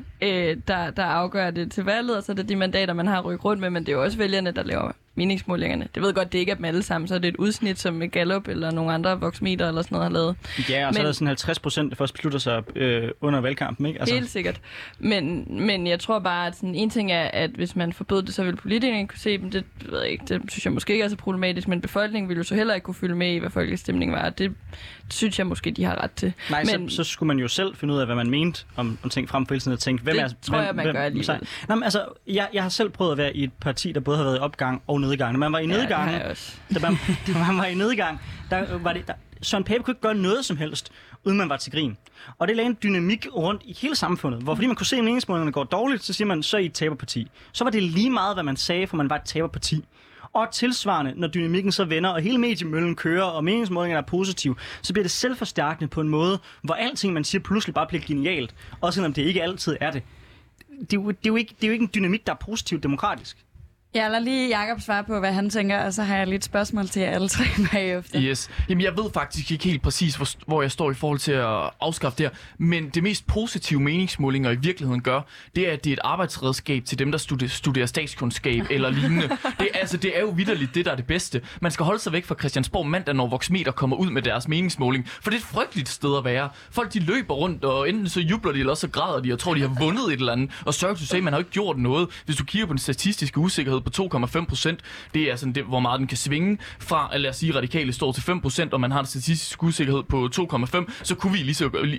der afgør det til valget, og så er det de mandater, man har rykket rundt med, men det er jo også vælgerne, der laver meningsmålingerne. Det ved godt, det ikke er dem alle sammen, så er det et udsnit, som Gallup eller nogle andre Voxmeter eller sådan noget har lavet. Ja, og så er der sådan 50%, der først beslutter sig under valgkampen, ikke? Altså. Helt sikkert. Men jeg tror bare, at sådan en ting er, at hvis man forbød det, så vil politikerne kunne se dem. Det ved jeg ikke, det synes jeg måske ikke er så problematisk, men befolkningen ville jo så heller ikke kunne følge med i, hvad folkelig stemning var. Det synes jeg måske, de har ret til. Nej, men så skulle man jo selv finde ud af, hvad man mente om ting frem for hele tiden og tænke, hvem det er... tror jeg, man gør alligevel. Nej, men altså, jeg har selv prøvet at være i et parti, der både har været i opgang og nedgang. Når man var i nedgang, man var i nedgang, der var det... Søren Pape kunne ikke gøre noget som helst, uden man var til grin. Og det lagde en dynamik rundt i hele samfundet, hvor fordi man kunne se, at meningsmålingerne går dårligt, så siger man, så er I et taberparti. Så var det lige meget, hvad man sagde, for man var et taberparti. Og tilsvarende, når dynamikken så vender, og hele mediemøllen kører, og meningsmålingerne er positive, så bliver det selvforstærkende på en måde, hvor alting, man siger, pludselig bare bliver genialt. Også selvom det ikke altid er det. Det er jo ikke en dynamik, der er positivt demokratisk. Jeg lader lige Jakob svare på, hvad han tænker, og så har jeg lige et spørgsmål til jer alle 3 bagefter. Yes. Jamen, jeg ved faktisk ikke helt præcis, hvor jeg står i forhold til at afskaffe det her, men det mest positive meningsmålinger i virkeligheden gør, det er, at det er et arbejdsredskab til dem, der studerer statskundskab eller lignende. Det er jo vitterligt det, der er det bedste. Man skal holde sig væk fra Christiansborg mandag, når Voxmeter kommer ud med deres meningsmåling, for det er et frygteligt sted at være. Folk, de løber rundt, og enten så jubler de, eller så græder de, og tror, de har vundet et eller andet. Og sørg til at sige, man har ikke gjort noget. Hvis du kigger på den statistiske usikkerhed på 2,5%. Det er sådan det, hvor meget den kan svinge fra, at lad os sige, radikale står til 5%, og man har en statistisk usikkerhed på 2,5%, så kunne vi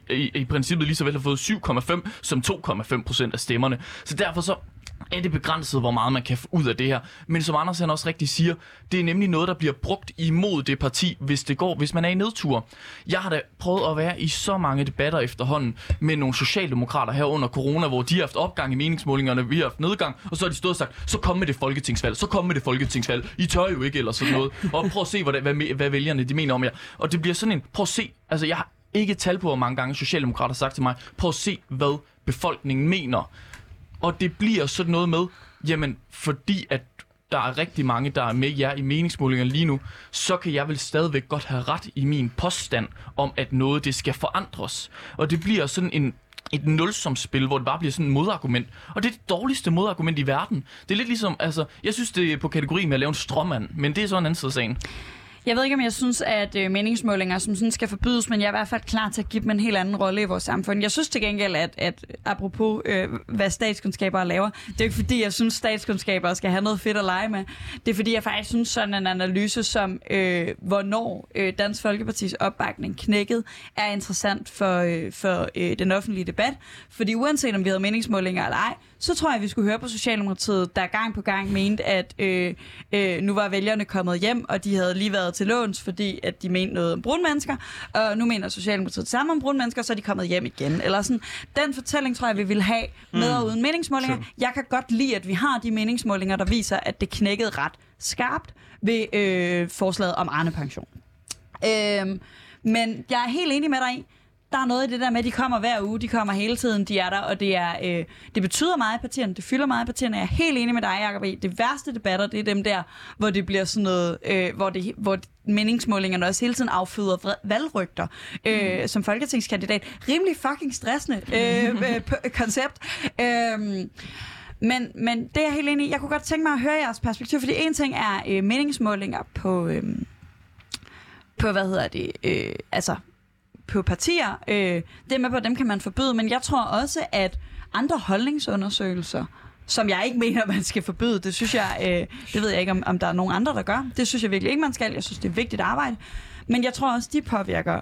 i princippet lige så vel have fået 7,5% som 2,5% af stemmerne. Så derfor så er det begrænset, hvor meget man kan få ud af det her. Men som Anders han også rigtig siger, det er nemlig noget, der bliver brugt imod det parti, hvis man er i nedtur. Jeg har da prøvet at være i så mange debatter efterhånden med nogle socialdemokrater her under corona, hvor de har haft opgang i meningsmålingerne, vi har haft nedgang, og så har de stået og sagt, så kom med det folketingsvalg, I tør jo ikke, eller sådan noget. Og prøv at se, hvad vælgerne de mener om jer. Og det bliver sådan en, prøv at se, altså jeg har ikke tal på, hvor mange gange socialdemokrater har sagt til mig, prøv at se, hvad befolkningen mener. Og det bliver sådan noget med, jamen, fordi at der er rigtig mange, der er med jer i meningsmålingerne lige nu, så kan jeg vel stadigvæk godt have ret i min påstand om, at noget det skal forandres. Og det bliver sådan et nulsumsspil, hvor det bare bliver sådan et modargument. Og det er det dårligste modargument i verden. Det er lidt ligesom, altså, jeg synes det er på kategori med at lave en stråmand, men det er sådan en anden side af sagen. Jeg ved ikke, om jeg synes, at meningsmålinger som sådan skal forbydes, men jeg er i hvert fald klar til at give dem en helt anden rolle i vores samfund. Jeg synes til gengæld, at apropos hvad statskundskaber laver, det er ikke fordi, jeg synes, statskundskaber skal have noget fedt at lege med. Det er fordi, jeg faktisk synes, sådan en analyse som, hvornår Dansk Folkepartis opbakning knækket, er interessant for den offentlige debat. Fordi uanset om vi havde meningsmålinger eller ej, så tror jeg, vi skulle høre på Socialdemokratiet, der gang på gang mente, at nu var vælgerne kommet hjem, og de havde lige været til låns, fordi at de mente noget om brune mennesker, og nu mener Socialdemokratiet det samme om brune mennesker, så er de kommet hjem igen. Eller sådan. Den fortælling tror jeg, vi vil have med og uden meningsmålinger. Jeg kan godt lide, at vi har de meningsmålinger, der viser, at det knækkede ret skarpt ved forslaget om Arne-pension. Men jeg er helt enig med dig i, der er noget i det der med, at de kommer hver uge, de kommer hele tiden, de er der, og det betyder meget i partierne, det fylder meget i partierne. Jeg er helt enig med dig, Jacob. Det værste debatter, det er dem der, hvor det bliver sådan noget, hvor meningsmålingerne også hele tiden afføder valgrygter som folketingskandidat. Rimelig fucking stressende koncept. Men det er jeg helt enig i. Jeg kunne godt tænke mig at høre jeres perspektiv, fordi en ting er meningsmålinger på på partier. Det med på, dem kan man forbyde, men jeg tror også, at andre holdningsundersøgelser, som jeg ikke mener, man skal forbyde, det synes jeg, det ved jeg ikke, om der er nogen andre, der gør. Det synes jeg virkelig ikke, man skal. Jeg synes, det er vigtigt arbejde. Men jeg tror også, de påvirker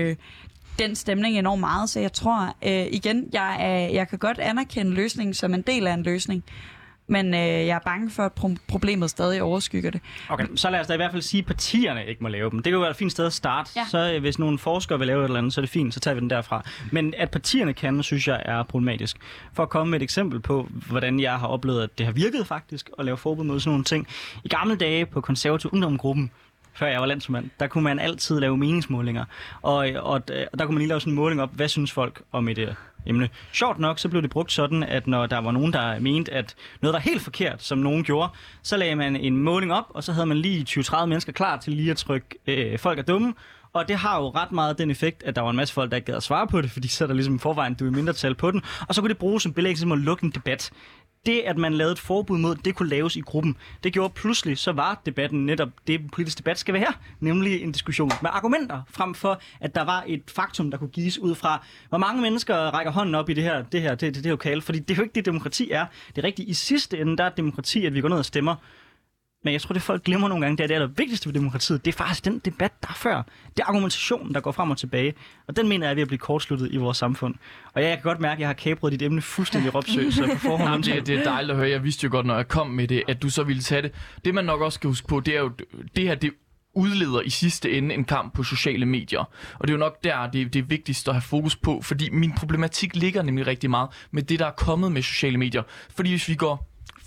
den stemning enormt meget, så jeg tror, igen, jeg kan godt anerkende løsningen som en del af en løsning. Men jeg er bange for, at problemet stadig overskygger det. Okay, så lad os da i hvert fald sige, at partierne ikke må lave dem. Det kan jo være et fint sted at starte. Ja. Så hvis nogle forskere vil lave et eller andet, så er det fint, så tager vi den derfra. Men at partierne kan, synes jeg, er problematisk. For at komme med et eksempel på, hvordan jeg har oplevet, at det har virket faktisk, at lave forbud mod sådan nogle ting. I gamle dage på Konservativ Ungdomsgruppen, før jeg var landsmand, der kunne man altid lave meningsmålinger. Og der kunne man lige lave sådan en måling op, hvad synes folk om et emne. Sjovt nok, så blev det brugt sådan, at når der var nogen, der mente, at noget var helt forkert, som nogen gjorde, så lagde man en måling op, og så havde man lige 20-30 mennesker klar til lige at trykke folk er dumme. Og det har jo ret meget den effekt, at der var en masse folk, der ikke gad at svare på det, fordi så er der ligesom i forvejen, du er mindretal på den. Og så kunne det bruges som belæg til at lukke en debat. Det, at man lavede et forbud mod, det kunne laves i gruppen. Det gjorde pludselig, så var debatten netop det, politisk debat skal være her, nemlig en diskussion med argumenter, frem for, at der var et faktum, der kunne gives ud fra, hvor mange mennesker rækker hånden op i det lokale, fordi det er jo ikke det, demokrati er. Det er rigtigt, i sidste ende, der er demokrati, at vi går ned og stemmer. Men jeg tror, det folk glemmer nogle gange, det er det vigtigste ved demokratiet. Det er faktisk den debat, der er før. Det er argumentationen, der går frem og tilbage. Og den mener jeg er ved at blive kortsluttet i vores samfund. Og jeg kan godt mærke, at jeg har kapret dit emne fuldstændig ropsøg, så på forhånd... Det er dejligt at høre. Jeg vidste jo godt, når jeg kom med det, at du så ville tage det. Det, man nok også skal huske på, det er jo, det her, det udleder i sidste ende en kamp på sociale medier. Og det er jo nok der, det er vigtigst at have fokus på, fordi min problematik ligger nemlig rigtig meget med det, der er kommet med sociale medier. Fordi hvis vi går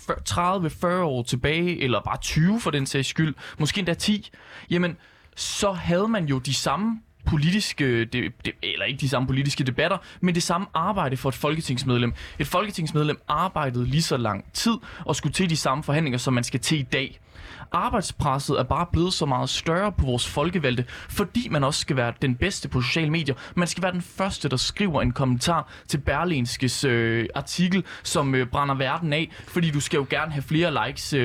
30-40 år tilbage, eller bare 20 for den sags skyld, måske endda 10, jamen, så havde man jo de samme politiske, eller ikke de samme politiske debatter, men det samme arbejde for et folketingsmedlem. Et folketingsmedlem arbejdede lige så lang tid, og skulle til de samme forhandlinger, som man skal til i dag. Arbejdspresset er bare blevet så meget større på vores folkevalgte, fordi man også skal være den bedste på sociale medier. Man skal være den første, der skriver en kommentar til Berlingskes artikel, som brænder verden af, fordi du skal jo gerne have flere likes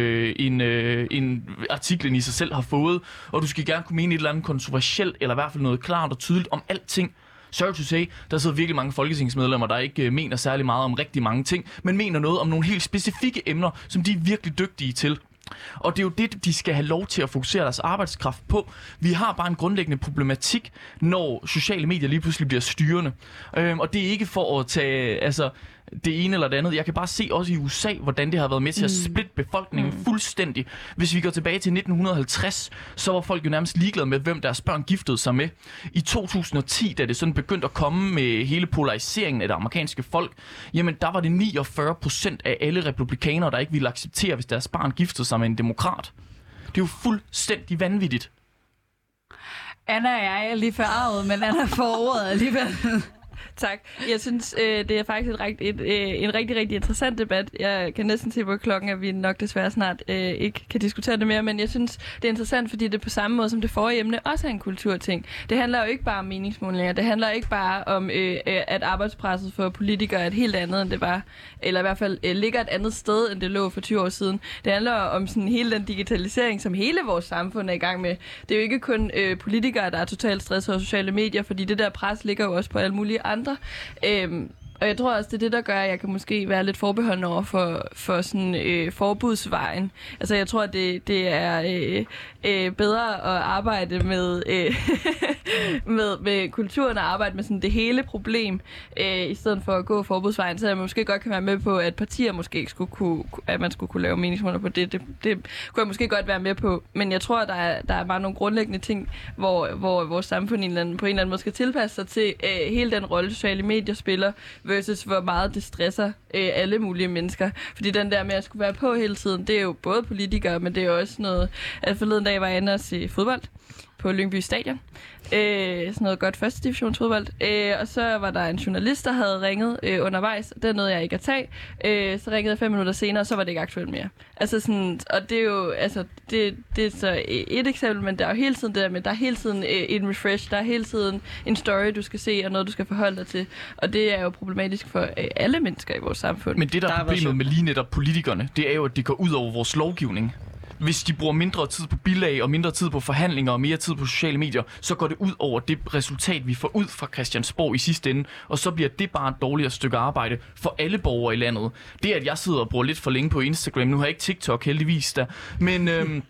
end artiklen i sig selv har fået, og du skal gerne kunne mene et eller andet kontroversielt, eller i hvert fald noget klart og tydeligt om alting. Sorry to say, der sidder virkelig mange folketingsmedlemmer, der ikke mener særlig meget om rigtig mange ting, men mener noget om nogle helt specifikke emner, som de er virkelig dygtige til. Og det er jo det, de skal have lov til at fokusere deres arbejdskraft på. Vi har bare en grundlæggende problematik, når sociale medier lige pludselig bliver styrende. Og det er ikke for at tage det ene eller det andet. Jeg kan bare se også i USA, hvordan det har været med til at splitte befolkningen fuldstændig. Hvis vi går tilbage til 1950, så var folk jo nærmest ligeglade med, hvem deres børn giftede sig med. I 2010, da det sådan begyndte at komme med hele polariseringen af det amerikanske folk, jamen der var det 49% af alle republikanere, der ikke ville acceptere, hvis deres barn giftede sig med en demokrat. Det er jo fuldstændig vanvittigt. Anna og jeg er lige forarvet, men Anna får ordet alligevel. Tak. Jeg synes, det er faktisk en rigtig, rigtig interessant debat. Jeg kan næsten se på klokken, at vi nok desværre snart ikke kan diskutere det mere, men jeg synes, det er interessant, fordi det på samme måde som det forrige emne også er en kulturting. Det handler jo ikke bare om meningsmålinger. Det handler ikke bare om, at arbejdspresset for politikere er et helt andet, end det var, eller i hvert fald ligger et andet sted, end det lå for 20 år siden. Det handler om sådan hele den digitalisering, som hele vores samfund er i gang med. Det er jo ikke kun politikere, der er totalt stresset af sociale medier, fordi det der pres ligger jo også på alle mulige andre. Og jeg tror også, det er det, der gør, at jeg kan måske være lidt forbeholden over for sådan forbudsvejen. Altså, jeg tror, at det er bedre at arbejde med, med kulturen og arbejde med sådan det hele problem, i stedet for at gå forbudsvejen. Så jeg måske godt kan være med på, at partier måske ikke at man skulle kunne lave meningsmålinger på det. Det kunne jeg måske godt være med på. Men jeg tror, der er bare nogle grundlæggende ting, hvor vores samfund på en eller anden måde skal tilpasse sig til hele den rolle, sociale medier spiller, versus hvor meget det stresser alle mulige mennesker. Fordi den der med at skulle være på hele tiden, det er jo både politikere, men det er også noget... Altså forleden dag var jeg inde og se fodbold på Lyngby Stadion. Sådan noget godt første divisionsfodbold. Og så var der en journalist, der havde ringet undervejs. Det nåede jeg ikke at tage. Så ringede jeg 5 minutter senere, og så var det ikke aktuelt mere. Altså sådan, og det er jo, altså, det er så et eksempel, men der er jo hele tiden det der med, der er hele tiden en refresh, der er hele tiden en story, du skal se, og noget, du skal forholde dig til. Og det er jo problematisk for alle mennesker i vores samfund. Men det, der er problemet med lige netop politikerne, det er jo, at det går ud over vores lovgivning. Hvis de bruger mindre tid på bilag og mindre tid på forhandlinger og mere tid på sociale medier, så går det ud over det resultat, vi får ud fra Christiansborg i sidste ende, og så bliver det bare et dårligere stykke arbejde for alle borgere i landet. Det, at jeg sidder og bruger lidt for længe på Instagram, nu har jeg ikke TikTok heldigvis da, men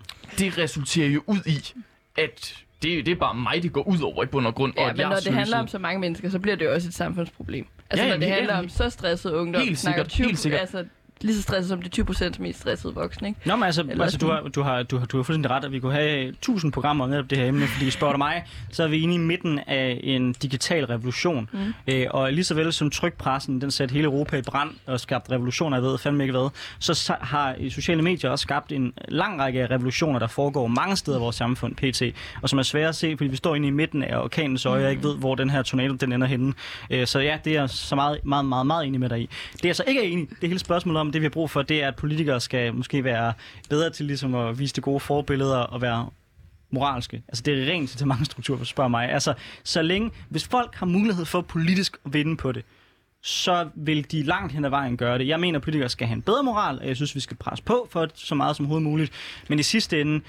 det resulterer jo ud i, at det er bare mig, det går ud over i bund og grund. Ja, og men når det handler om så mange mennesker, så bliver det jo også et samfundsproblem. Altså når det handler om så stresset ungdom, helt sikkert. Altså, lige så stresset som de 20% mest stressede voksne, ikke? Nå, men altså du har fuldstændig ret, at vi kunne have 1000 programmer om netop det her emne, fordi spørger du mig, så er vi inde i midten af en digital revolution. Og lige så vel som trykpressen, den satte hele Europa i brand og skabte revolutioner, jeg ved fandme ikke hvad, så har sociale medier også skabt en lang række revolutioner, der foregår mange steder i vores samfund, pt. Og som er svære at se, fordi vi står inde i midten af orkanens øje, og ikke ved, hvor den her tornado den ender henne. Så ja, det er jeg så meget enig med dig i. Det er jeg så ikke enig. Det hele spørgsmålet om, det vi har brug for, det er, at politikere skal måske være bedre til ligesom at vise det gode forbilleder og være moralske. Altså det er rent incitamentsstruktur, hvis du spørger mig. Altså så længe, hvis folk har mulighed for politisk at vinde på det, så vil de langt hen ad vejen gøre det. Jeg mener, at politikere skal have en bedre moral, og jeg synes, vi skal presse på for så meget som overhovedet muligt. Men i sidste ende,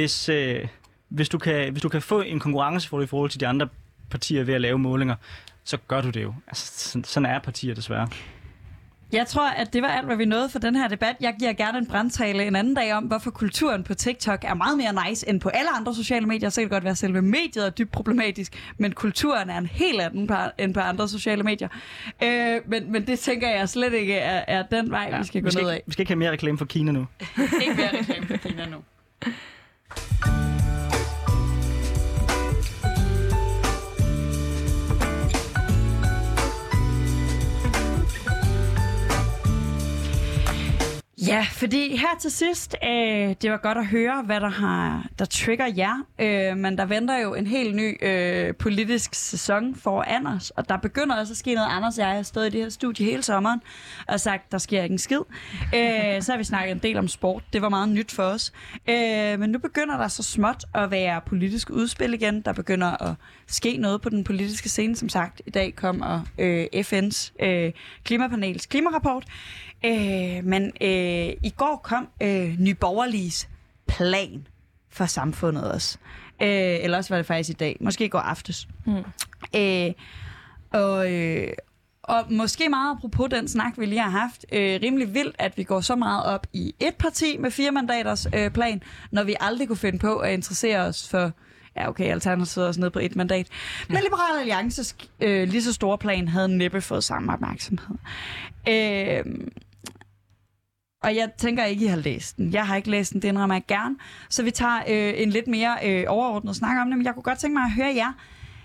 hvis du kan få en konkurrencefordel i forhold til de andre partier ved at lave målinger, så gør du det jo. Altså sådan er partier desværre. Jeg tror, at det var alt, hvad vi nåede for den her debat. Jeg giver gerne en brandtale en anden dag om, hvorfor kulturen på TikTok er meget mere nice end på alle andre sociale medier. Så kan det godt være, at selve mediet er dybt problematisk, men kulturen er en helt anden end på andre sociale medier. Men det tænker jeg slet ikke er den vej, vi skal gå ned af. Vi skal ikke have mere reklame for Kina nu. Ikke mere reklame for Kina nu. Ja, fordi her til sidst, det var godt at høre, hvad der trigger jer, men der venter jo en helt ny politisk sæson foran os, og der begynder også at ske noget andet. Jeg har stået i det her studie hele sommeren og sagt, der sker ikke en skid. Så har vi snakket en del om sport, det var meget nyt for os. Men nu begynder der så småt at være politisk udspil igen, der begynder at ske noget på den politiske scene. Som sagt, i dag kommer FN's klimapanels klimarapport. Men i går kom Nye Borgerliges plan for samfundet også. Eller også var det faktisk i dag. Måske i går aftes. Og måske meget apropos den snak, vi lige har haft. Rimelig vildt, at vi går så meget op i et parti med 4 mandaters plan, når vi aldrig kunne finde på at interessere os for... Ja, okay, Alternativet også nede på 1 mandat. Men Liberal Alliances lige så store plan havde næppe fået samme opmærksomhed. Og jeg tænker ikke, I har læst den. Jeg har ikke læst den, det indrømmer jeg gerne. Så vi tager en lidt mere overordnet snak om det, men jeg kunne godt tænke mig at høre jer.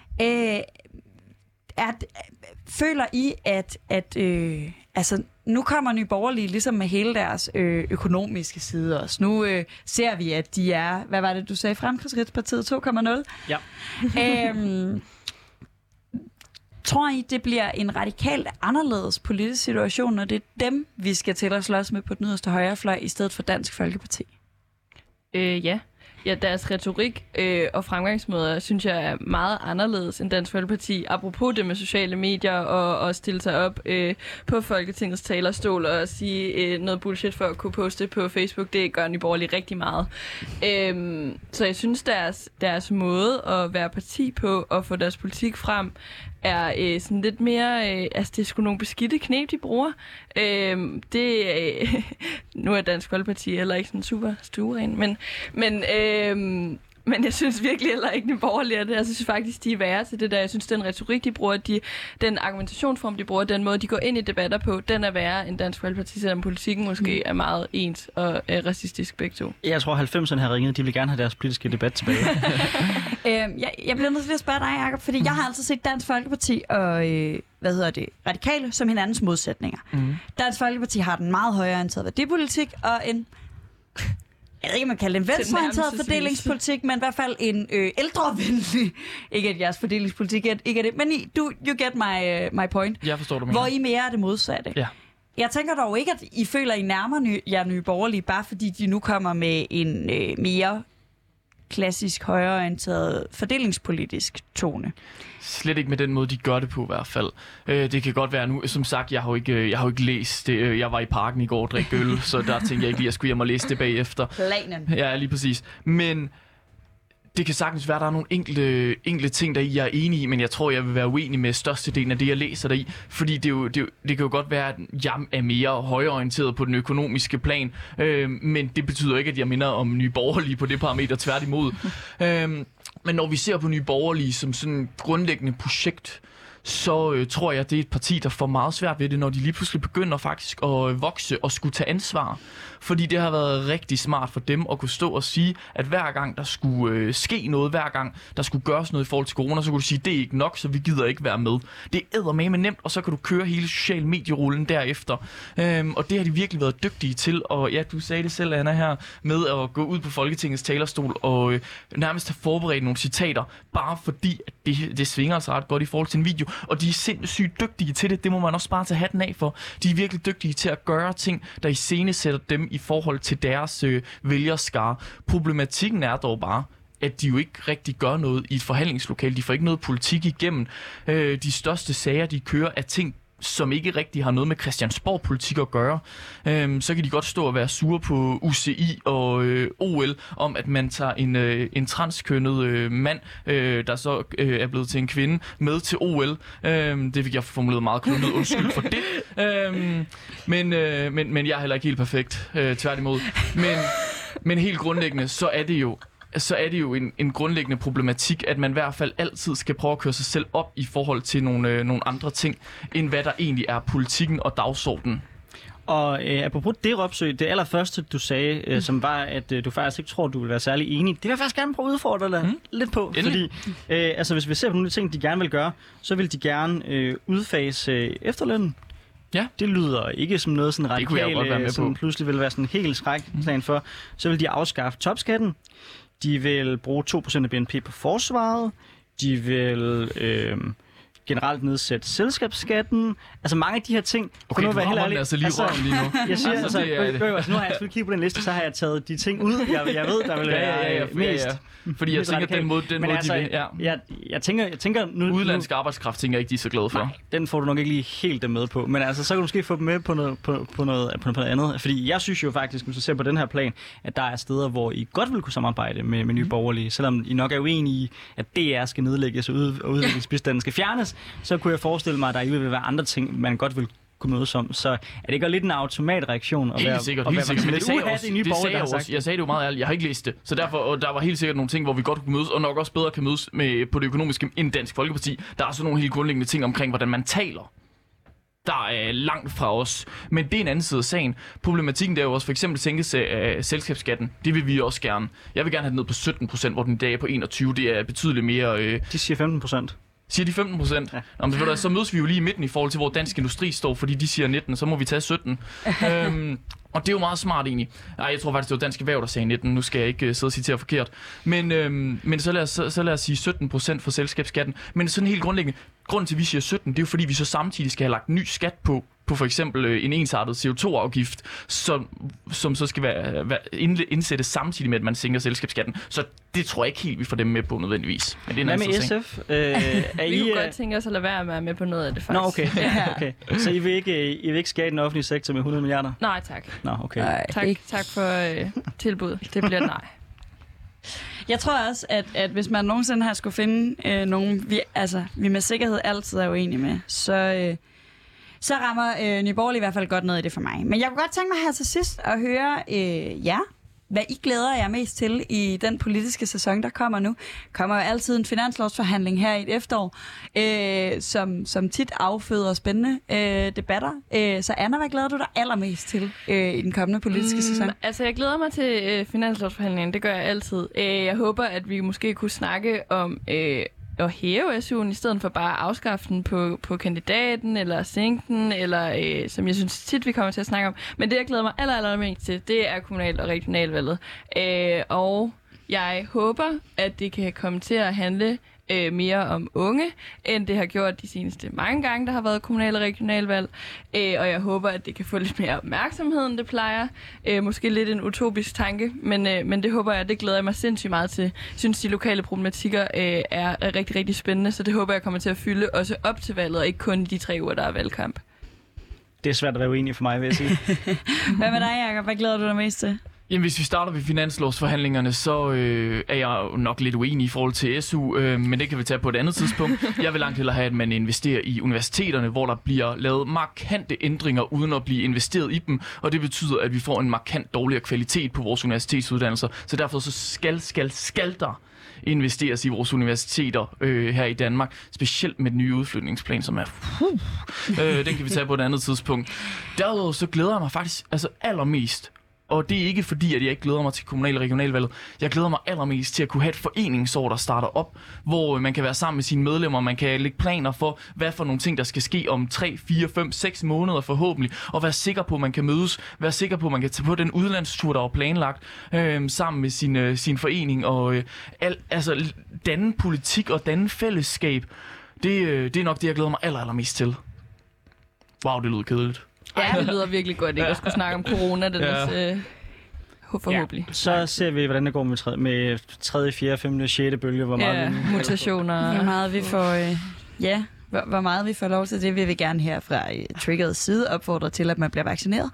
Føler I, at altså, nu kommer Nye Borgerlige ligesom med hele deres økonomiske side også. Nu ser vi, at de er, hvad var det, du sagde, Fremskridtspartiet 2,0? Ja. Tror I, det bliver en radikalt anderledes politisk situation, når det er dem, vi skal til at slås med på den yderste højrefløj, i stedet for Dansk Folkeparti? Ja. Ja, deres retorik og fremgangsmåder, synes jeg, er meget anderledes end Dansk Folkeparti. Apropos det med sociale medier og stille sig op på Folketingets talerstol og sige noget bullshit for at kunne poste på Facebook, det gør Nye Borgerlige rigtig meget. Så jeg synes, deres måde at være parti på og få deres politik frem, er sådan lidt mere... altså, det er sgu nogle beskidte knep, de bruger. Nu er Dansk Folkeparti heller ikke sådan super stueren, men jeg synes virkelig heller ikke, Nye Borgerlige er det. Jeg synes faktisk, de er værre til det der. Jeg synes, den retorik, de bruger, den argumentationsform, de bruger, den måde, de går ind i debatter på, den er værre end Dansk Folkeparti, selvom politikken måske er meget ens og racistisk begge to. Jeg tror, 90'erne har ringet. De vil gerne have deres politiske debat tilbage. Jeg bliver nødt til at spørge dig, Jacob, fordi jeg har altid set Dansk Folkeparti og Radikale som hinandens modsætninger. Dansk Folkeparti har den meget højreorienterede værdipolitik og en... Jeg ved ikke, man kalder det en venstreorienteret fordelingspolitik, men i hvert fald en ældrevenlig. Ikke at jeres fordelingspolitik ikke er det, men you get my point. Jeg forstår, du mener. Hvor I mere er det modsatte. Ja. Jeg tænker dog ikke, at I føler, I nærmer jer Nye Borgerlige, bare fordi de nu kommer med en mere klassisk højreorienteret fordelingspolitisk tone. Slet ikke med den måde, de gør det på i hvert fald. Det kan godt være nu, som sagt, jeg har jo ikke læst det. Jeg var i parken i går og drikke øl, så der tænkte jeg ikke lige, at jeg skulle hjem og læse det bagefter. Planen. Ja, lige præcis. Men det kan sagtens være, at der er nogle enkelte ting, der jeg er enig i, men jeg tror, jeg vil være uenig med størstedelen af det, jeg læser deri. Fordi det kan jo godt være, at jeg er mere højreorienteret på den økonomiske plan, men det betyder ikke, at jeg minder om Nye Borgerlige på det parameter, tværtimod. Men når vi ser på Nye Borgerlige som sådan et grundlæggende projekt, så tror jeg, det er et parti, der får meget svært ved det, når de lige pludselig begynder faktisk at vokse og skulle tage ansvar. Fordi det har været rigtig smart for dem at kunne stå og sige, at hver gang der skulle ske noget, hver gang der skulle gøres noget i forhold til corona, så kunne du sige, det er ikke nok, så vi gider ikke være med. Det er eddermame nemt, og så kan du køre hele social medierullen derefter. Og det har de virkelig været dygtige til. Og ja, du sagde det selv, Anna, her med at gå ud på Folketingets talerstol og nærmest have forberedt nogle citater, bare fordi at det svinger altså ret godt i forhold til en video. Og de er sindssygt dygtige til det. Det må man også bare tage hatten af for. De er virkelig dygtige til at gøre ting, der iscenesætter dem i forhold til deres vælgerskare. Problematikken er dog bare, at de jo ikke rigtig gør noget i et forhandlingslokale. De får ikke noget politik igennem. De største sager, de kører, er ting, som ikke rigtig har noget med Christiansborg-politik at gøre. Så kan de godt stå og være sure på UCI og OL om, at man tager en transkønnet mand, der så er blevet til en kvinde, med til OL. Det fik jeg formuleret meget kluntet. Undskyld for det. Men jeg er heller ikke helt perfekt. Tværtimod. Men helt grundlæggende, så er det jo en grundlæggende problematik, at man i hvert fald altid skal prøve at køre sig selv op i forhold til nogle andre ting, end hvad der egentlig er politikken og dagsordenen. Og apropos det, Robsø, det allerførste, du sagde, som var, at du faktisk ikke tror, du vil være særlig enig. Det vil jeg faktisk gerne prøve at udfordre dig lidt på. Endelig. Fordi hvis vi ser på nogle af de ting, de gerne vil gøre, så vil de gerne udfase efterlønnen. Ja. Det lyder ikke som noget sådan radikalt, som pludselig vil være sådan en helt skrækplan for. Så vil de afskaffe topskatten. De vil bruge 2% af BNP på forsvaret. De vil generelt nedsætte selskabsskatten. Altså mange af de her ting... Okay, du rammer den altså lige røven lige nu. Jeg siger, nu har jeg selvfølgelig kigget på den liste, så har jeg taget de ting ud, jeg ved, der vil være mest... Fordi jeg tænker, den måde de vil... Ja. Jeg tænker nu... Udenlandsk arbejdskraft tænker jeg ikke, de er så glade for. Nej, den får du nok ikke lige helt med på. Men altså, så kan du måske få dem med på noget andet. Fordi jeg synes jo faktisk, hvis du ser på den her plan, at der er steder, hvor I godt vil kunne samarbejde med Nye Borgerlige. Selvom I nok er uenige i, at DR skal nedlægges og udviklingsbistanden skal fjernes, så kunne jeg forestille mig, at der ikke vil være andre ting, man godt vil kunne mødes om. Så er det ikke lidt en automatreaktion at være... Helt sikkert. Jeg sagde det jo meget ærligt. Jeg har ikke læst det. Så derfor, og der var helt sikkert nogle ting, hvor vi godt kunne mødes, og nok også bedre kan mødes på det økonomiske end Dansk Folkeparti. Der er så nogle helt grundlæggende ting omkring, hvordan man taler, der er langt fra os. Men det er en anden side af sagen. Problematikken der er jo også for eksempel sænkelse af selskabsskatten. Det vil vi også gerne. Jeg vil gerne have den ned på 17%, hvor den i dag er på 21%. Det er betydeligt mere... De siger 15%. Siger de 15%? Ja. Så mødes vi jo lige i midten i forhold til, hvor Dansk Industri står, fordi de siger 19, så må vi tage 17. Og det er jo meget smart egentlig. Jeg tror faktisk, det var Dansk Erhverv, der sagde 19. Nu skal jeg ikke sidde og citere forkert. Men så lad os sige 17% for selskabsskatten. Men sådan helt grundlæggende, grunden til, at vi siger 17, det er jo fordi, vi så samtidig skal have lagt ny skat på for eksempel en ensartet CO2-afgift, som så skal indsættes samtidig med, at man sænker selskabsskatten. Så det tror jeg ikke helt, vi får dem med på nødvendigvis. Men det er hvad med SF? Vi kunne godt tænke os at lade være med at være med på noget af det, faktisk. Nå, okay. Så I vil ikke skade den offentlige sektor med 100 milliarder? Nej, tak. Nå, okay. Tak for tilbuddet. Det bliver nej. Jeg tror også, at hvis man nogensinde har skulle finde nogen, vi med sikkerhed altid er uenige med, så rammer Nye Borgerlige i hvert fald godt noget i det for mig. Men jeg kunne godt tænke mig her til sidst at høre jer, hvad I glæder jer mest til i den politiske sæson, der kommer nu. Kommer jo altid en finanslovsforhandling her i et efterår, som tit afføder spændende debatter. Så Anna, hvad glæder du dig allermest til i den kommende politiske sæson? Altså, jeg glæder mig til finanslovsforhandlingen. Det gør jeg altid. Jeg håber, at vi måske kunne snakke om at hæve SU'en, i stedet for bare at afskaffe den på kandidaten, eller sænke den, eller som jeg synes tit, vi kommer til at snakke om. Men det, jeg glæder mig allermest til, det er kommunal- og regionalvalget. Og jeg håber, at det kan komme til at handle mere om unge, end det har gjort de seneste mange gange, der har været kommunal- og regionalvalg. Og jeg håber, at det kan få lidt mere opmærksomhed, end det plejer. Måske lidt en utopisk tanke, men det håber jeg, det glæder jeg mig sindssygt meget til. Jeg synes, de lokale problematikker er rigtig, rigtig spændende, så det håber jeg kommer til at fylde også op til valget, og ikke kun de 3 uger, der er valgkamp. Det er svært at være uenig for mig, vil jeg sige. Hvad med dig, Jacob? Hvad glæder du dig mest til? Jamen, hvis vi starter ved finanslovsforhandlingerne, så er jeg jo nok lidt uenig i forhold til SU, men det kan vi tage på et andet tidspunkt. Jeg vil langt hellere have, at man investerer i universiteterne, hvor der bliver lavet markante ændringer, uden at blive investeret i dem, og det betyder, at vi får en markant dårligere kvalitet på vores universitetsuddannelser. Så derfor så skal der investeres i vores universiteter her i Danmark, specielt med den nye udflytningsplan, som er den kan vi tage på et andet tidspunkt. Derudover så glæder jeg mig faktisk allermest. Og det er ikke fordi, at jeg ikke glæder mig til kommunal- og regionalvalget. Jeg glæder mig allermest til at kunne have et foreningsår, der starter op, hvor man kan være sammen med sine medlemmer, man kan lægge planer for, hvad for nogle ting, der skal ske om 3, 4, 5, 6 måneder forhåbentlig, og være sikker på, at man kan mødes, være sikker på, at man kan tage på den udlandstur, der var planlagt, sammen med sin forening, og danne politik og danne fællesskab. Det er nok det, jeg glæder mig allermest til. Wow, det lyder kedeligt. Ja, det lyder virkelig godt, ikke at skulle snakke om corona, den forhåbentlig. Ja, så ser vi, hvordan det går med 3., 4., 5., 6. bølge, hvor meget mutationer. Hvor meget vi får... Hvor meget vi får lov til det, vil vi gerne her fra Triggerets side opfordre til, at man bliver vaccineret.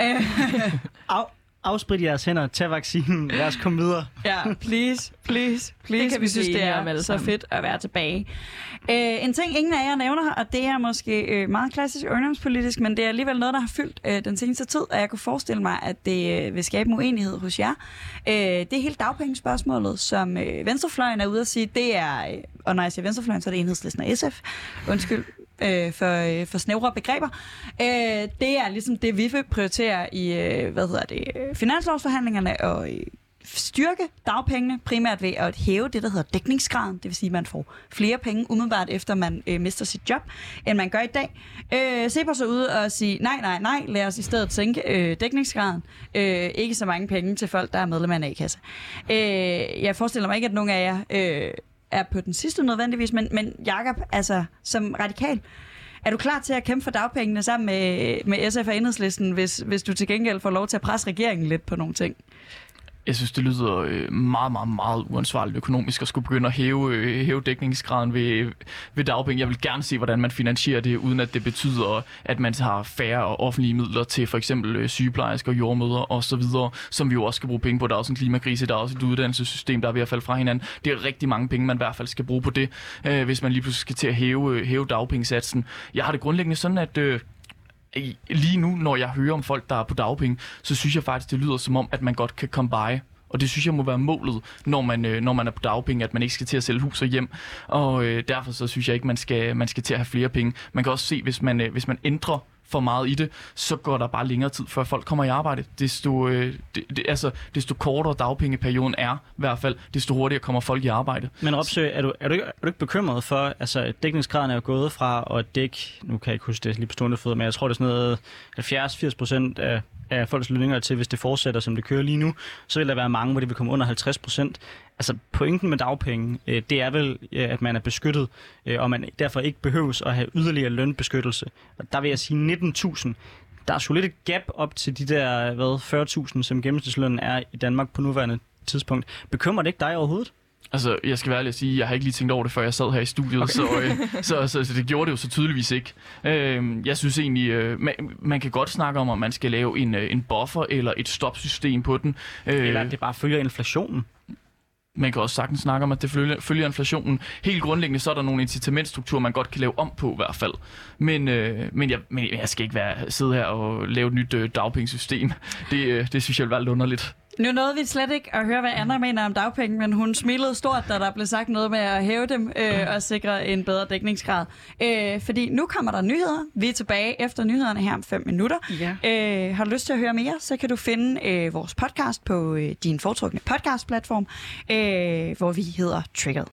Afsprit jeres hænder, tag vaccinen, lad os komme videre. Ja, please. Vi synes, det er så fedt at være tilbage. En ting, ingen af jer nævner, og det er måske meget klassisk ungdomspolitisk, men det er alligevel noget, der har fyldt den seneste tid, og jeg kunne forestille mig, at det vil skabe en uenighed hos jer. Det er hele dagpengespørgsmålet, som venstrefløjen er ude at sige, det er, og når jeg siger venstrefløjen, så er det Enhedslisten og SF. Undskyld. For snævre begreber. Det er ligesom det, vi vil prioritere i finanslovsforhandlingerne og styrke dagpengene, primært ved at hæve det, der hedder dækningsgraden. Det vil sige, at man får flere penge umiddelbart efter man mister sit job, end man gør i dag. Se på så ud og sige, nej, lad os i stedet sænke dækningsgraden. Ikke så mange penge til folk, der er medlem af en A-kasse. Jeg forestiller mig ikke, at nogen af jer er på den sidste nødvendigvis, men Jakob, altså som radikal, er du klar til at kæmpe for dagpengene sammen med SF og Enhedslisten, hvis du til gengæld får lov til at presse regeringen lidt på nogle ting? Jeg synes, det lyder meget, meget, meget uansvarligt økonomisk at skulle begynde at hæve dækningsgraden ved dagpenge. Jeg vil gerne se, hvordan man finansierer det, uden at det betyder, at man har færre offentlige midler til for eksempel sygeplejersker, jordmødre osv., som vi jo også skal bruge penge på. Der er også en klimakrise, der er også et uddannelsessystem, der er ved at falde fra hinanden. Det er rigtig mange penge, man i hvert fald skal bruge på det, hvis man lige pludselig skal til at hæve dagpengesatsen. Jeg har det grundlæggende sådan, at lige nu, når jeg hører om folk, der er på dagpenge, så synes jeg faktisk, det lyder som om, at man godt kan komme by. Og det synes jeg må være målet, når man er på dagpenge, at man ikke skal til at sælge hus og hjem. Og derfor så synes jeg ikke, man skal til at have flere penge. Man kan også se, hvis man ændrer for meget i det, så går der bare længere tid, før folk kommer i arbejde. Desto kortere dagpengeperioden er, i hvert fald, desto hurtigere kommer folk i arbejde. Men Robsøe, er du ikke bekymret for, altså dækningsgraden er jo gået fra at dække, nu kan jeg ikke huske det lige på stående fod, men jeg tror det er sådan noget 70-80% af folks lønninger til, hvis det fortsætter, som det kører lige nu, så vil der være mange, hvor det vil komme under 50%. Altså pointen med dagpenge, det er vel, at man er beskyttet, og man derfor ikke behøves at have yderligere lønbeskyttelse. Og der vil jeg sige 19.000. Der er sgu lidt et gap op til de der 40.000, som gennemsnitslønnen er i Danmark på nuværende tidspunkt. Bekymrer det ikke dig overhovedet? Altså, jeg skal være ærlig at sige, jeg har ikke lige tænkt over det, før jeg sad her i studiet, okay. så det gjorde det jo så tydeligvis ikke. Jeg synes egentlig, man kan godt snakke om man skal lave en buffer eller et stopsystem på den. Eller at det bare følger inflationen. Man kan også sagtens snakke om, at det følger inflationen. Helt grundlæggende, så er der nogle incitamentstrukturer, man godt kan lave om på i hvert fald. Men jeg skal ikke sidde her og lave et nyt dagpengesystem. Det synes jeg vil være lidt underligt. Nu nåede vi slet ikke at høre, hvad Anna mener om dagpenge, men hun smilede stort, da der blev sagt noget med at hæve dem og sikre en bedre dækningsgrad. Fordi nu kommer der nyheder. Vi er tilbage efter nyhederne her om 5 minutter. Ja. Har du lyst til at høre mere, så kan du finde vores podcast på din foretrukne podcastplatform, hvor vi hedder Triggered.